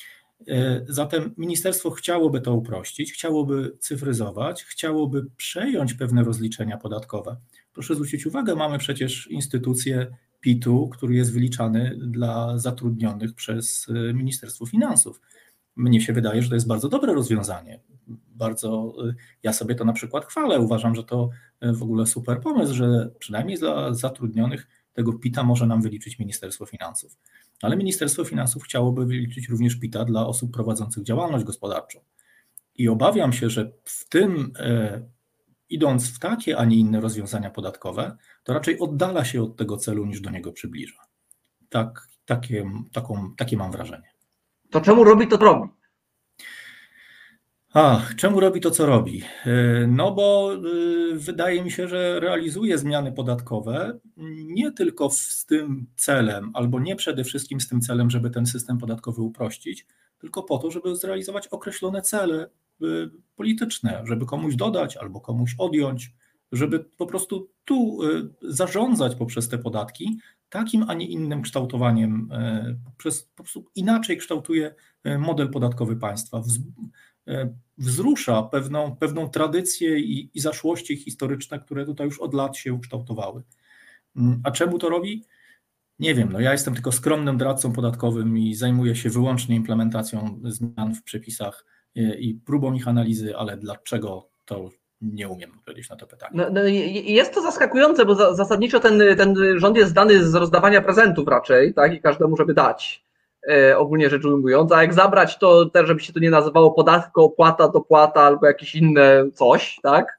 Zatem ministerstwo chciałoby to uprościć, chciałoby cyfryzować, chciałoby przejąć pewne rozliczenia podatkowe. Proszę zwrócić uwagę, mamy przecież instytucję P I T-u, który jest wyliczany dla zatrudnionych przez Ministerstwo Finansów. Mnie się wydaje, że to jest bardzo dobre rozwiązanie. Bardzo, ja sobie to na przykład chwalę, uważam, że to w ogóle super pomysł, że przynajmniej dla zatrudnionych tego P I T-a może nam wyliczyć Ministerstwo Finansów. Ale Ministerstwo Finansów chciałoby wyliczyć również P I T-a dla osób prowadzących działalność gospodarczą. I obawiam się, że w tym, e, idąc w takie, a nie inne rozwiązania podatkowe, to raczej oddala się od tego celu, niż do niego przybliża. Tak, takie, taką, takie mam wrażenie. To czemu robi to, co robi? Ach, czemu robi to, co robi? No bo wydaje mi się, że realizuje zmiany podatkowe nie tylko z tym celem, albo nie przede wszystkim z tym celem, żeby ten system podatkowy uprościć, tylko po to, żeby zrealizować określone cele polityczne, żeby komuś dodać albo komuś odjąć, żeby po prostu tu zarządzać poprzez te podatki takim, a nie innym kształtowaniem, poprzez, po prostu inaczej kształtuje model podatkowy państwa. Wzrusza pewną, pewną tradycję i, i zaszłości historyczne, które tutaj już od lat się ukształtowały. A czemu to robi? Nie wiem, no ja jestem tylko skromnym doradcą podatkowym i zajmuję się wyłącznie implementacją zmian w przepisach i, i próbą ich analizy, ale dlaczego, to nie umiem odpowiedzieć na to pytanie. No, no, jest to zaskakujące, bo za, zasadniczo ten, ten rząd jest znany z rozdawania prezentów raczej, tak, i każdemu, żeby dać. Ogólnie rzecz ujmując, a jak zabrać, to też, żeby się to nie nazywało podatko, opłata, dopłata albo jakieś inne coś, tak?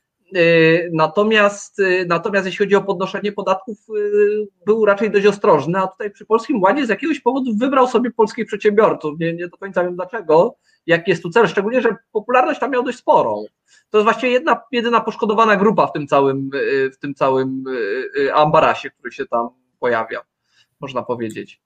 Natomiast, natomiast jeśli chodzi o podnoszenie podatków, był raczej dość ostrożny, a tutaj przy Polskim Ładzie z jakiegoś powodu wybrał sobie polskich przedsiębiorców. Nie, nie do końca wiem dlaczego, jaki jest tu cel, szczególnie, że popularność tam miał dość sporą. To jest właściwie jedna, jedyna poszkodowana grupa w tym całym, w tym całym ambarasie, który się tam pojawia, można powiedzieć.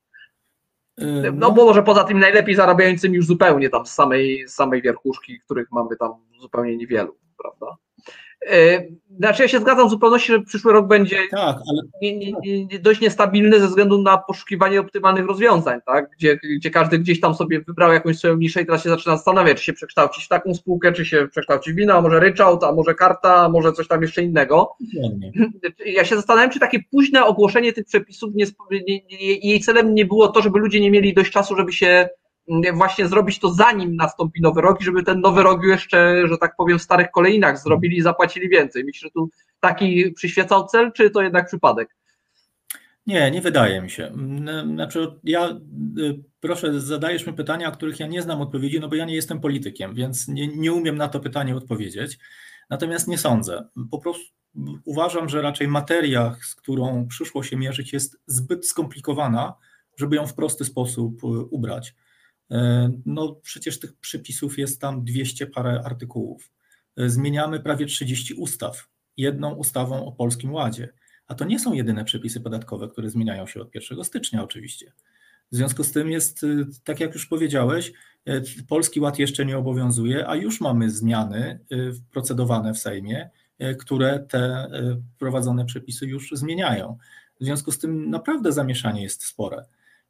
No bo może poza tym najlepiej zarabiającymi już zupełnie tam z samej, z samej wierchuszki, których mamy tam zupełnie niewielu, prawda? Znaczy ja się zgadzam w zupełności, że przyszły rok będzie tak, ale... nie, nie, nie, dość niestabilny ze względu na poszukiwanie optymalnych rozwiązań, tak? Gdzie, gdzie każdy gdzieś tam sobie wybrał jakąś swoją niszę i teraz się zaczyna zastanawiać, czy się przekształcić w taką spółkę, czy się przekształcić w inną, a może ryczałt, a może karta, a może coś tam jeszcze innego. Nie. Ja się zastanawiam, czy takie późne ogłoszenie tych przepisów, nie, nie, nie, jej celem nie było to, żeby ludzie nie mieli dość czasu, żeby się właśnie zrobić to zanim nastąpi nowy rok i żeby ten nowy rok jeszcze, że tak powiem, w starych kolejnach zrobili i zapłacili więcej. Myślę, że tu taki przyświecał cel, czy to jednak przypadek? Nie, nie wydaje mi się. Znaczy ja, proszę, zadajesz mi pytania, o których ja nie znam odpowiedzi, no bo ja nie jestem politykiem, więc nie, nie umiem na to pytanie odpowiedzieć. Natomiast nie sądzę. Po prostu uważam, że raczej materia, z którą przyszło się mierzyć, jest zbyt skomplikowana, żeby ją w prosty sposób ubrać. No przecież tych przepisów jest tam dwieście parę artykułów. Zmieniamy prawie trzydzieści ustaw, jedną ustawą o Polskim Ładzie. A to nie są jedyne przepisy podatkowe, które zmieniają się od pierwszego stycznia oczywiście. W związku z tym jest, tak jak już powiedziałeś, Polski Ład jeszcze nie obowiązuje, a już mamy zmiany procedowane w Sejmie, które te wprowadzone przepisy już zmieniają. W związku z tym naprawdę zamieszanie jest spore.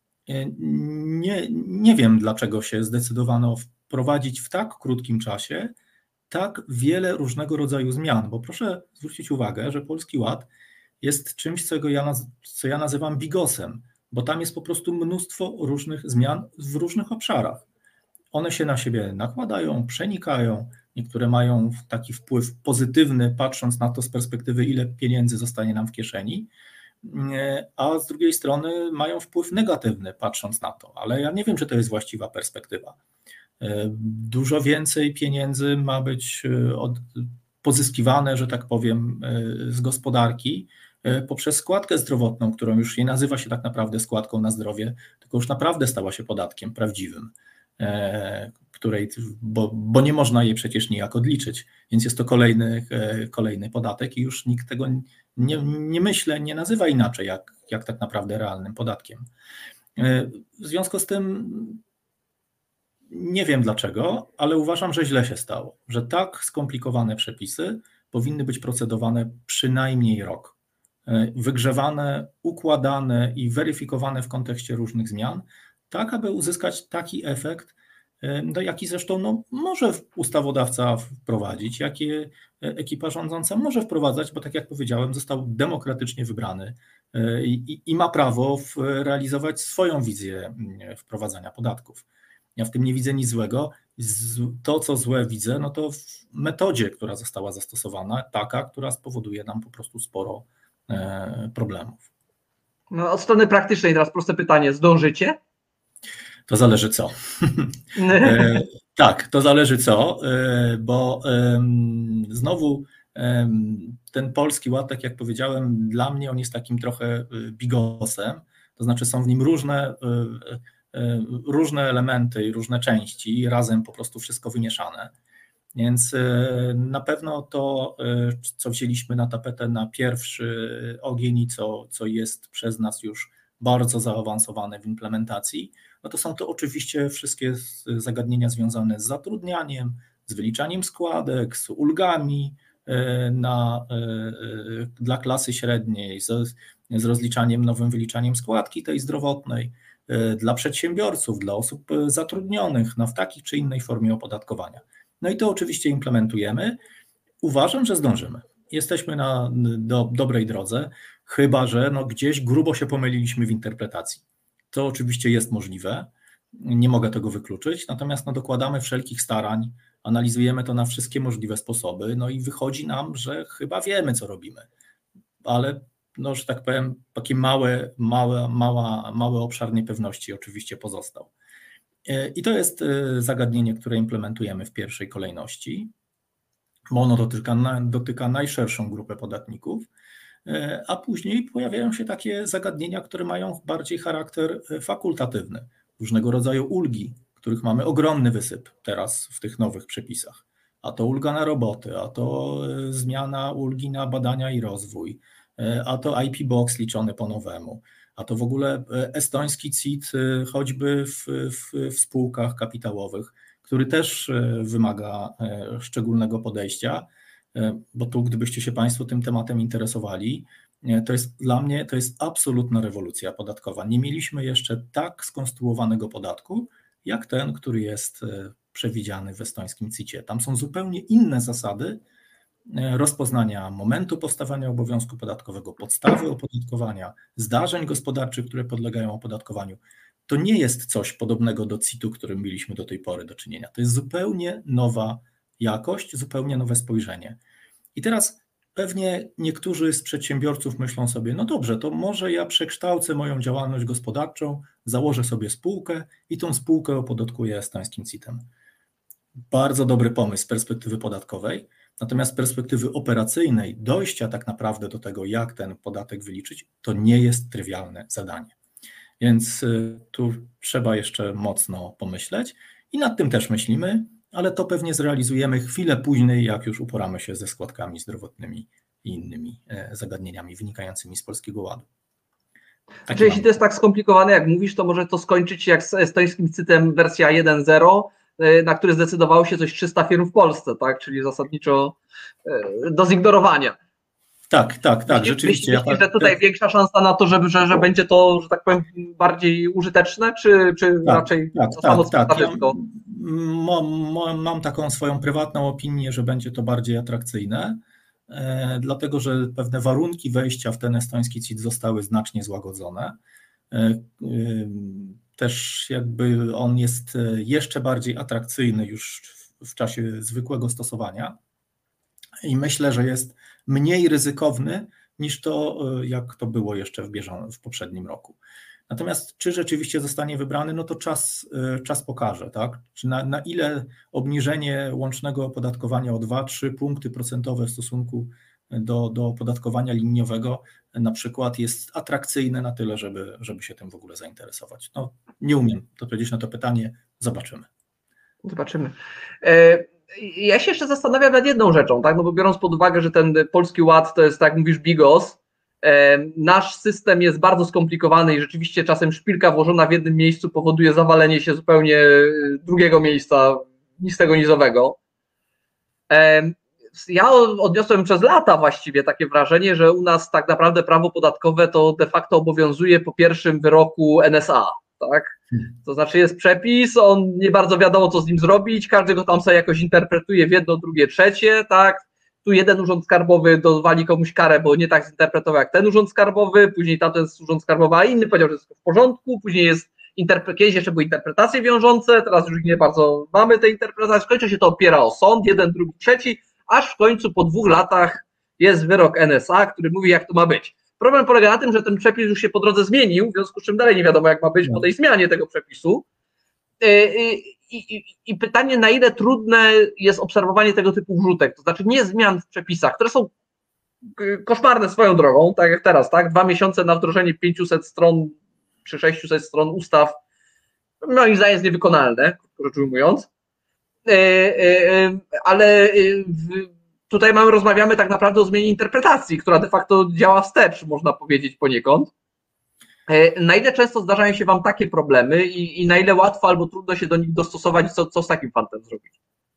Nie, nie wiem, dlaczego się zdecydowano wprowadzić w tak krótkim czasie tak wiele różnego rodzaju zmian, bo proszę zwrócić uwagę, że Polski Ład jest czymś, co ja, co ja nazywam bigosem, bo tam jest po prostu mnóstwo różnych zmian w różnych obszarach. One się na siebie nakładają, przenikają, niektóre mają taki wpływ pozytywny, patrząc na to z perspektywy, ile pieniędzy zostanie nam w kieszeni, a z drugiej strony mają wpływ negatywny, patrząc na to, ale ja nie wiem, czy to jest właściwa perspektywa. Dużo więcej pieniędzy ma być od, pozyskiwane, że tak powiem, z gospodarki poprzez składkę zdrowotną, którą już nie nazywa się tak naprawdę składką na zdrowie, tylko już naprawdę stała się podatkiem prawdziwym, której, bo, bo nie można jej przecież nijak odliczyć, więc jest to kolejny, kolejny podatek i już nikt tego nie, nie myślę, nie nazywa inaczej, jak, jak tak naprawdę realnym podatkiem. W związku z tym nie wiem dlaczego, ale uważam, że źle się stało, że tak skomplikowane przepisy powinny być procedowane przynajmniej rok. Wygrzewane, układane i weryfikowane w kontekście różnych zmian, tak aby uzyskać taki efekt, no, jaki zresztą no, może ustawodawca wprowadzić, jaki ekipa rządząca może wprowadzać, bo tak jak powiedziałem, został demokratycznie wybrany i, i ma prawo realizować swoją wizję wprowadzania podatków. Ja w tym nie widzę nic złego. To, co złe widzę, no to w metodzie, która została zastosowana, taka, która spowoduje nam po prostu sporo problemów. No, od strony praktycznej teraz proste pytanie, zdążycie? To zależy co. e, tak, to zależy co, e, bo e, znowu e, ten Polski Ład, tak jak powiedziałem, dla mnie on jest takim trochę bigosem, to znaczy są w nim różne, e, różne elementy i różne części i razem po prostu wszystko wymieszane. Więc na pewno to, co wzięliśmy na tapetę na pierwszy ogień i co, co jest przez nas już bardzo zaawansowane w implementacji, no to są to oczywiście wszystkie zagadnienia związane z zatrudnianiem, z wyliczaniem składek, z ulgami na, dla klasy średniej, z, z rozliczaniem, nowym wyliczaniem składki tej zdrowotnej, dla przedsiębiorców, dla osób zatrudnionych no, w takiej czy innej formie opodatkowania. No i to oczywiście implementujemy. Uważam, że zdążymy. Jesteśmy na do, dobrej drodze, chyba że no, gdzieś grubo się pomyliliśmy w interpretacji. To oczywiście jest możliwe, nie mogę tego wykluczyć, natomiast no, dokładamy wszelkich starań, analizujemy to na wszystkie możliwe sposoby, no i wychodzi nam, że chyba wiemy, co robimy, ale no, że tak powiem, taki małe, małe, mała, mały obszar niepewności oczywiście pozostał. I to jest zagadnienie, które implementujemy w pierwszej kolejności, bo ono dotyka, dotyka najszerszą grupę podatników, a później pojawiają się takie zagadnienia, które mają bardziej charakter fakultatywny, różnego rodzaju ulgi, których mamy ogromny wysyp teraz w tych nowych przepisach, a to ulga na roboty, a to zmiana ulgi na badania i rozwój, a to I P Box liczony po nowemu, a to w ogóle estoński C I T choćby w, w, w spółkach kapitałowych, który też wymaga szczególnego podejścia, bo tu gdybyście się Państwo tym tematem interesowali, to jest dla mnie to jest absolutna rewolucja podatkowa. Nie mieliśmy jeszcze tak skonstruowanego podatku, jak ten, który jest przewidziany w estońskim C I T-ie. Tam są zupełnie inne zasady rozpoznania momentu powstawania obowiązku podatkowego, podstawy opodatkowania, zdarzeń gospodarczych, które podlegają opodatkowaniu. To nie jest coś podobnego do C I T-u, którym mieliśmy do tej pory do czynienia. To jest zupełnie nowa jakość, zupełnie nowe spojrzenie. I teraz pewnie niektórzy z przedsiębiorców myślą sobie, no dobrze, to może ja przekształcę moją działalność gospodarczą, założę sobie spółkę i tą spółkę opodatkuję estońskim C I T-em. Bardzo dobry pomysł z perspektywy podatkowej, natomiast z perspektywy operacyjnej dojścia tak naprawdę do tego, jak ten podatek wyliczyć, to nie jest trywialne zadanie. Więc tu trzeba jeszcze mocno pomyśleć i nad tym też myślimy, ale to pewnie zrealizujemy chwilę później, jak już uporamy się ze składkami zdrowotnymi i innymi zagadnieniami wynikającymi z Polskiego Ładu. Znaczy, jeśli to jest tak skomplikowane, jak mówisz, to może to skończyć jak z estońskim C I T-em wersja jeden zero, na który zdecydowało się coś trzysta firm w Polsce, tak? Czyli zasadniczo do zignorowania. Tak, tak, tak, rzeczywiście. Myślisz, Ja, że tutaj większa szansa na to, żeby, że, że będzie to, że tak powiem, bardziej użyteczne, czy, czy tak, raczej tak, to tak, samo tak. Ja stanowisko? mo, mo, mam taką swoją prywatną opinię, że będzie to bardziej atrakcyjne, e, dlatego że pewne warunki wejścia w ten estoński C I T zostały znacznie złagodzone. E, e, też jakby on jest jeszcze bardziej atrakcyjny już w, w czasie zwykłego stosowania i myślę, że jest mniej ryzykowny niż to, jak to było jeszcze w, bieżą, w poprzednim roku. Natomiast czy rzeczywiście zostanie wybrany, no to czas, czas pokaże, tak? Czy na, na ile obniżenie łącznego opodatkowania o dwa trzy punkty procentowe w stosunku do, do opodatkowania liniowego na przykład jest atrakcyjne na tyle, żeby, żeby się tym w ogóle zainteresować. No, nie umiem odpowiedzieć na to pytanie, zobaczymy. Zobaczymy. Ja się jeszcze zastanawiam nad jedną rzeczą, tak? No bo biorąc pod uwagę, że ten Polski Ład to jest, tak jak mówisz, bigos, nasz system jest bardzo skomplikowany i rzeczywiście czasem szpilka włożona w jednym miejscu powoduje zawalenie się zupełnie drugiego miejsca niższego nizowego. Ja odniosłem przez lata właściwie takie wrażenie, że u nas tak naprawdę prawo podatkowe to de facto obowiązuje po pierwszym wyroku N S A, tak? To znaczy jest przepis, on nie bardzo wiadomo co z nim zrobić, każdy go tam sobie jakoś interpretuje w jedno, drugie, trzecie, tak? Tu jeden urząd skarbowy dowali komuś karę, bo nie tak zinterpretował jak ten urząd skarbowy, później tamten urząd skarbowy, a inny powiedział, że jest w porządku, później jest interpre- kiedyś jeszcze były interpretacje wiążące, teraz już nie bardzo mamy te interpretacje, w końcu się to opiera o sąd, jeden, drugi, trzeci, aż w końcu po dwóch latach jest wyrok N S A, który mówi jak to ma być. Problem polega na tym, że ten przepis już się po drodze zmienił, w związku z czym dalej nie wiadomo jak ma być po tej zmianie tego przepisu. I, i, i pytanie, na ile trudne jest obserwowanie tego typu wrzutek, to znaczy nie zmian w przepisach, które są koszmarne swoją drogą, tak jak teraz, tak? Dwa miesiące na wdrożenie pięciuset stron czy sześciuset stron ustaw, moim zdaniem jest niewykonalne, krótko rzecz ujmując, ale tutaj mamy, rozmawiamy tak naprawdę o zmianie interpretacji, która de facto działa wstecz, można powiedzieć poniekąd. Na ile często zdarzają się Wam takie problemy i, i na ile łatwo albo trudno się do nich dostosować, co, co z takim fantem zrobić?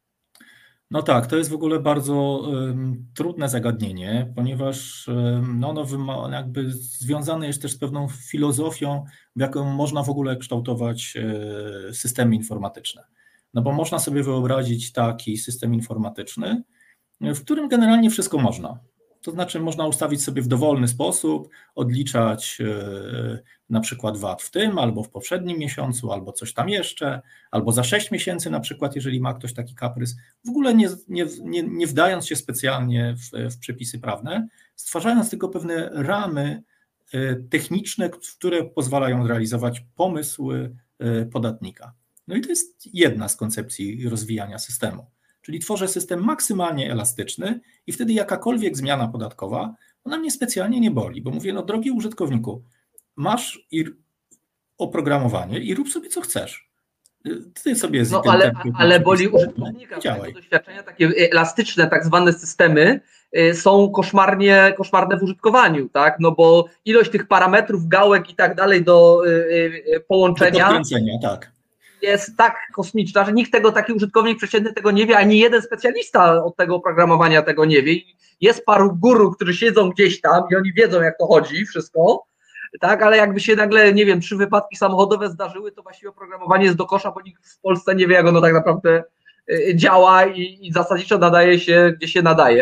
No tak, to jest w ogóle bardzo um, trudne zagadnienie, ponieważ um, no, ono jakby związane jest też z pewną filozofią, w jaką można w ogóle kształtować e, systemy informatyczne. No bo można sobie wyobrazić taki system informatyczny, w którym generalnie wszystko można. To znaczy można ustawić sobie w dowolny sposób, odliczać e, na przykład V A T w tym, albo w poprzednim miesiącu, albo coś tam jeszcze, albo za sześć miesięcy na przykład, jeżeli ma ktoś taki kaprys, w ogóle nie, nie, nie, nie wdając się specjalnie w, w przepisy prawne, stwarzając tylko pewne ramy e, techniczne, które pozwalają realizować pomysły e, podatnika. No i to jest jedna z koncepcji rozwijania systemu. Czyli tworzę system maksymalnie elastyczny i wtedy jakakolwiek zmiana podatkowa, ona mnie specjalnie nie boli, bo mówię, no drogi użytkowniku, masz oprogramowanie i rób sobie co chcesz. Ty sobie no, ale, ale boli użytkownika, tego doświadczenia, takie elastyczne tak zwane systemy są koszmarnie, koszmarne w użytkowaniu, tak? No bo ilość tych parametrów, gałek i tak dalej do połączenia. Do podkręcenia, tak. Jest tak kosmiczna, że nikt tego, taki użytkownik przeciętny tego nie wie, ani jeden specjalista od tego oprogramowania tego nie wie. Jest paru guru, którzy siedzą gdzieś tam i oni wiedzą jak to chodzi, wszystko, tak, ale jakby się nagle, nie wiem, trzy wypadki samochodowe zdarzyły, to właściwie oprogramowanie jest do kosza, bo nikt w Polsce nie wie jak ono tak naprawdę działa i, i zasadniczo nadaje się, gdzie się nadaje.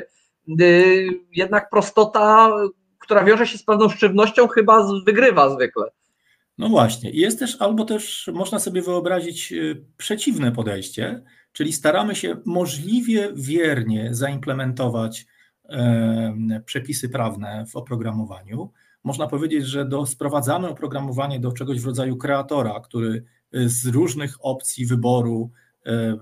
Jednak prostota, która wiąże się z pewną sztywnością, chyba wygrywa zwykle. No właśnie, jest też, albo też można sobie wyobrazić przeciwne podejście, czyli staramy się możliwie wiernie zaimplementować e, przepisy prawne w oprogramowaniu. Można powiedzieć, że do, sprowadzamy oprogramowanie do czegoś w rodzaju kreatora, który z różnych opcji wyboru e, e,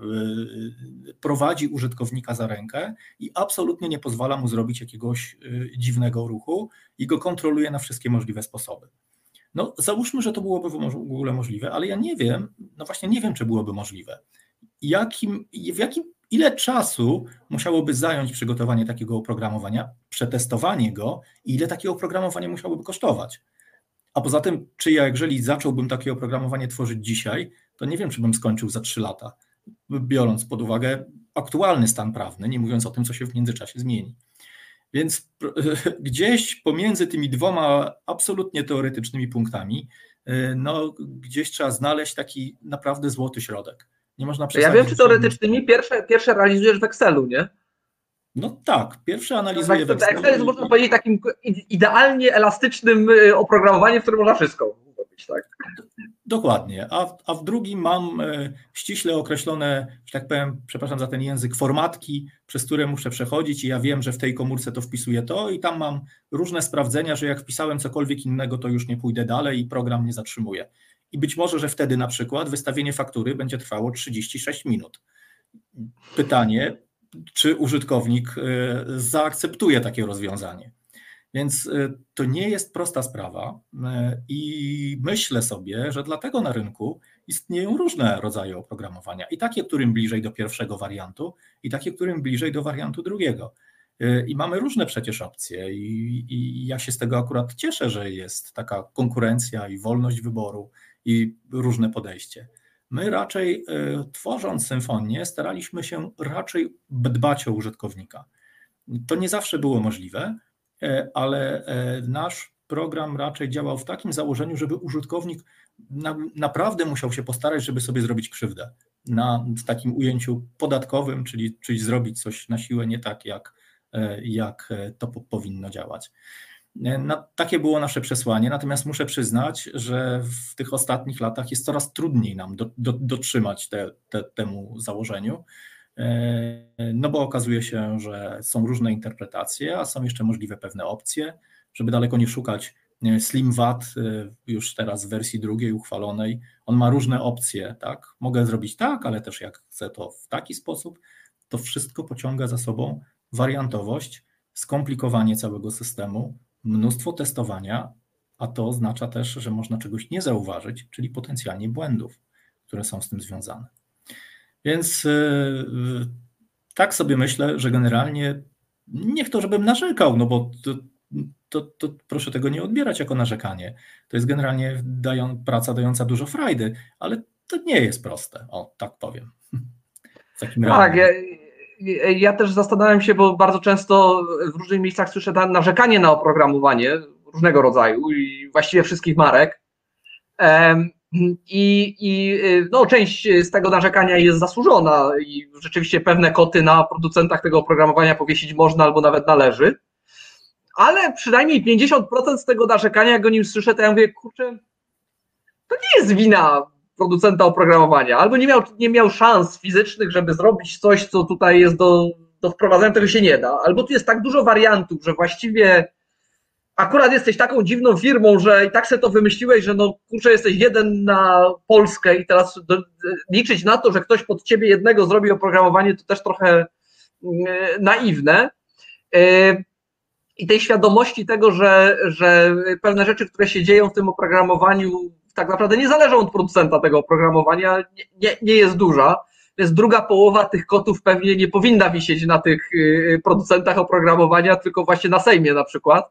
prowadzi użytkownika za rękę i absolutnie nie pozwala mu zrobić jakiegoś e, dziwnego ruchu i go kontroluje na wszystkie możliwe sposoby. No załóżmy, że to byłoby w ogóle możliwe, ale ja nie wiem, no właśnie nie wiem, czy byłoby możliwe. Jakim, w jakim, ile czasu musiałoby zająć przygotowanie takiego oprogramowania, przetestowanie go i ile takie oprogramowanie musiałoby kosztować? A poza tym, czy ja, jeżeli zacząłbym takie oprogramowanie tworzyć dzisiaj, to nie wiem, czy bym skończył za trzy lata, biorąc pod uwagę aktualny stan prawny, nie mówiąc o tym, co się w międzyczasie zmieni. Więc gdzieś pomiędzy tymi dwoma absolutnie teoretycznymi punktami, no gdzieś trzeba znaleźć taki naprawdę złoty środek. Nie można Ja wiem, czy teoretycznymi pierwsze, pierwsze realizujesz w Excelu, nie? No tak, pierwsze analizuję w Excelu. Excel jest, można powiedzieć, takim idealnie elastycznym oprogramowaniem, w którym można wszystko robić, tak? Dokładnie, a, a w drugim mam ściśle określone, że tak powiem, przepraszam za ten język, formatki, przez które muszę przechodzić i ja wiem, że w tej komórce to wpisuję to i tam mam różne sprawdzenia, że jak wpisałem cokolwiek innego, to już nie pójdę dalej i program nie zatrzymuje. I być może, że wtedy na przykład wystawienie faktury będzie trwało trzydzieści sześć minut. Pytanie, czy użytkownik zaakceptuje takie rozwiązanie. Więc to nie jest prosta sprawa i myślę sobie, że dlatego na rynku istnieją różne rodzaje oprogramowania i takie, którym bliżej do pierwszego wariantu i takie, którym bliżej do wariantu drugiego. I mamy różne przecież opcje i, i ja się z tego akurat cieszę, że jest taka konkurencja i wolność wyboru i różne podejście. My raczej tworząc symfonię staraliśmy się raczej dbać o użytkownika. To nie zawsze było możliwe, ale nasz program raczej działał w takim założeniu, żeby użytkownik na, naprawdę musiał się postarać, żeby sobie zrobić krzywdę. Na, w takim ujęciu podatkowym, czyli, czyli zrobić coś na siłę nie tak, jak, jak to po, powinno działać. Na, takie było nasze przesłanie, natomiast muszę przyznać, że w tych ostatnich latach jest coraz trudniej nam do, do, dotrzymać te, te, temu założeniu, no bo okazuje się, że są różne interpretacje, a są jeszcze możliwe pewne opcje, żeby daleko nie szukać. Slim V A T już teraz w wersji drugiej uchwalonej, on ma różne opcje, tak? Mogę zrobić tak, ale też jak chcę to w taki sposób, to wszystko pociąga za sobą wariantowość, skomplikowanie całego systemu, mnóstwo testowania, a to oznacza też, że można czegoś nie zauważyć, czyli potencjalnie błędów, które są z tym związane. Więc yy, tak sobie myślę, że generalnie nie to, żebym narzekał, no bo to, to, to proszę tego nie odbierać jako narzekanie. To jest generalnie dają, praca dająca dużo frajdy, ale to nie jest proste, o tak powiem. Tak, ja, ja też zastanawiam się, bo bardzo często w różnych miejscach słyszę narzekanie na oprogramowanie różnego rodzaju i właściwie wszystkich marek. Um, I, i no, część z tego narzekania jest zasłużona i rzeczywiście pewne koty na producentach tego oprogramowania powiesić można albo nawet należy, ale przynajmniej pięćdziesiąt procent z tego narzekania, jak o nim słyszę, to ja mówię, kurczę, to nie jest wina producenta oprogramowania, albo nie miał, nie miał szans fizycznych, żeby zrobić coś, co tutaj jest do, do wprowadzenia, tego się nie da, albo tu jest tak dużo wariantów, że właściwie akurat jesteś taką dziwną firmą, że i tak sobie to wymyśliłeś, że no kurczę, jesteś jeden na Polskę i teraz do, liczyć na to, że ktoś pod ciebie jednego zrobi oprogramowanie, to też trochę e, naiwne. E, I tej świadomości tego, że, że pewne rzeczy, które się dzieją w tym oprogramowaniu, tak naprawdę nie zależą od producenta tego oprogramowania, nie, nie, nie jest duża. Więc druga połowa tych kotów pewnie nie powinna wisieć na tych producentach oprogramowania, tylko właśnie na Sejmie na przykład,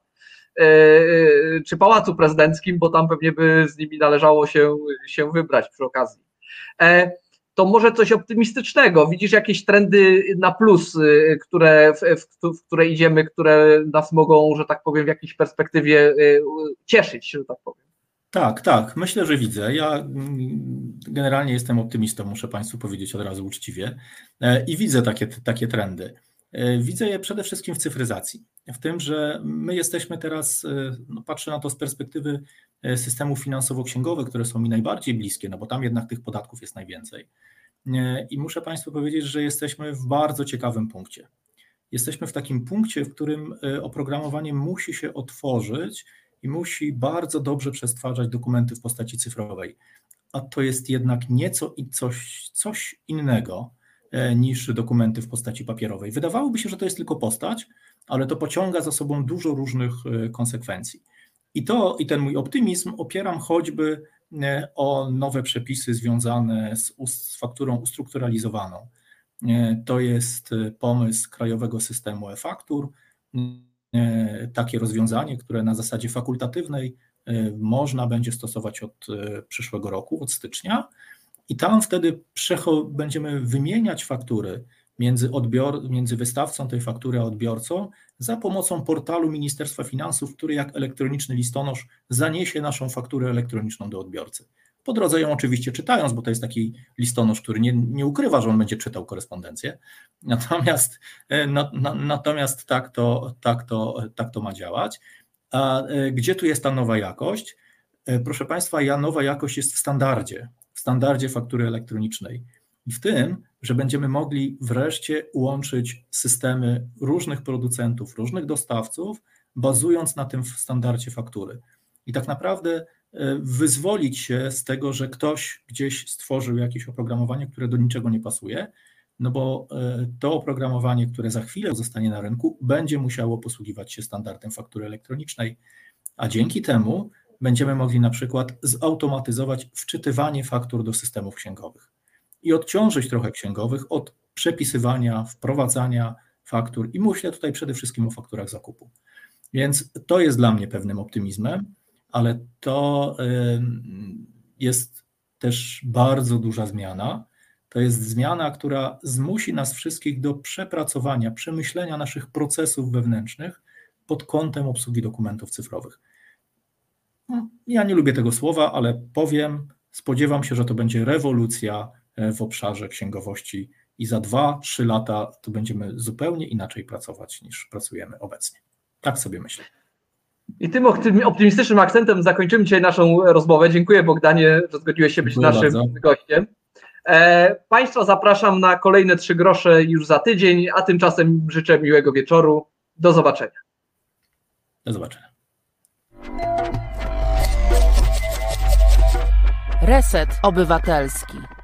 czy Pałacu Prezydenckim, bo tam pewnie by z nimi należało się, się wybrać przy okazji. To może coś optymistycznego. Widzisz jakieś trendy na plus, które, w, w które idziemy, które nas mogą, że tak powiem, w jakiejś perspektywie cieszyć, że tak powiem? Tak, tak, myślę, że widzę. Ja generalnie jestem optymistą, muszę Państwu powiedzieć od razu uczciwie, i widzę takie, takie trendy. Widzę je przede wszystkim w cyfryzacji, w tym, że my jesteśmy teraz, no patrzę na to z perspektywy systemów finansowo-księgowych, które są mi najbardziej bliskie, no bo tam jednak tych podatków jest najwięcej. I muszę Państwu powiedzieć, że jesteśmy w bardzo ciekawym punkcie. Jesteśmy w takim punkcie, w którym oprogramowanie musi się otworzyć i musi bardzo dobrze przestwarzać dokumenty w postaci cyfrowej. A to jest jednak nieco i coś, coś innego niż dokumenty w postaci papierowej. Wydawałoby się, że to jest tylko postać, ale to pociąga za sobą dużo różnych konsekwencji. I to i ten mój optymizm opieram choćby o nowe przepisy związane z, z fakturą ustrukturalizowaną. To jest pomysł Krajowego Systemu e-Faktur, takie rozwiązanie, które na zasadzie fakultatywnej można będzie stosować od przyszłego roku, od stycznia, i tam wtedy będziemy wymieniać faktury między, odbior, między wystawcą tej faktury a odbiorcą za pomocą portalu Ministerstwa Finansów, który jak elektroniczny listonosz zaniesie naszą fakturę elektroniczną do odbiorcy. Po drodze ją oczywiście czytając, bo to jest taki listonosz, który nie, nie ukrywa, że on będzie czytał korespondencję. Natomiast, na, na, natomiast tak, to, tak, to, tak to ma działać. A gdzie tu jest ta nowa jakość? Proszę Państwa, ja nowa jakość jest w standardzie, w standardzie faktury elektronicznej. I w tym, że będziemy mogli wreszcie łączyć systemy różnych producentów, różnych dostawców, bazując na tym standardzie faktury. I tak naprawdę wyzwolić się z tego, że ktoś gdzieś stworzył jakieś oprogramowanie, które do niczego nie pasuje, no bo to oprogramowanie, które za chwilę zostanie na rynku, będzie musiało posługiwać się standardem faktury elektronicznej, a dzięki temu będziemy mogli na przykład zautomatyzować wczytywanie faktur do systemów księgowych i odciążyć trochę księgowych od przepisywania, wprowadzania faktur i myślę tutaj przede wszystkim o fakturach zakupu. Więc to jest dla mnie pewnym optymizmem, ale to jest też bardzo duża zmiana. To jest zmiana, która zmusi nas wszystkich do przepracowania, przemyślenia naszych procesów wewnętrznych pod kątem obsługi dokumentów cyfrowych. Ja nie lubię tego słowa, ale powiem, spodziewam się, że to będzie rewolucja w obszarze księgowości i za dwa, trzy lata to będziemy zupełnie inaczej pracować niż pracujemy obecnie. Tak sobie myślę. I tym optymistycznym akcentem zakończymy dzisiaj naszą rozmowę. Dziękuję, Bogdanie, że zgodziłeś się być Dziękuję naszym bardzo. gościem. E, Państwa zapraszam na kolejne trzy grosze już za tydzień, a tymczasem życzę miłego wieczoru. Do zobaczenia. Do zobaczenia. Reset Obywatelski.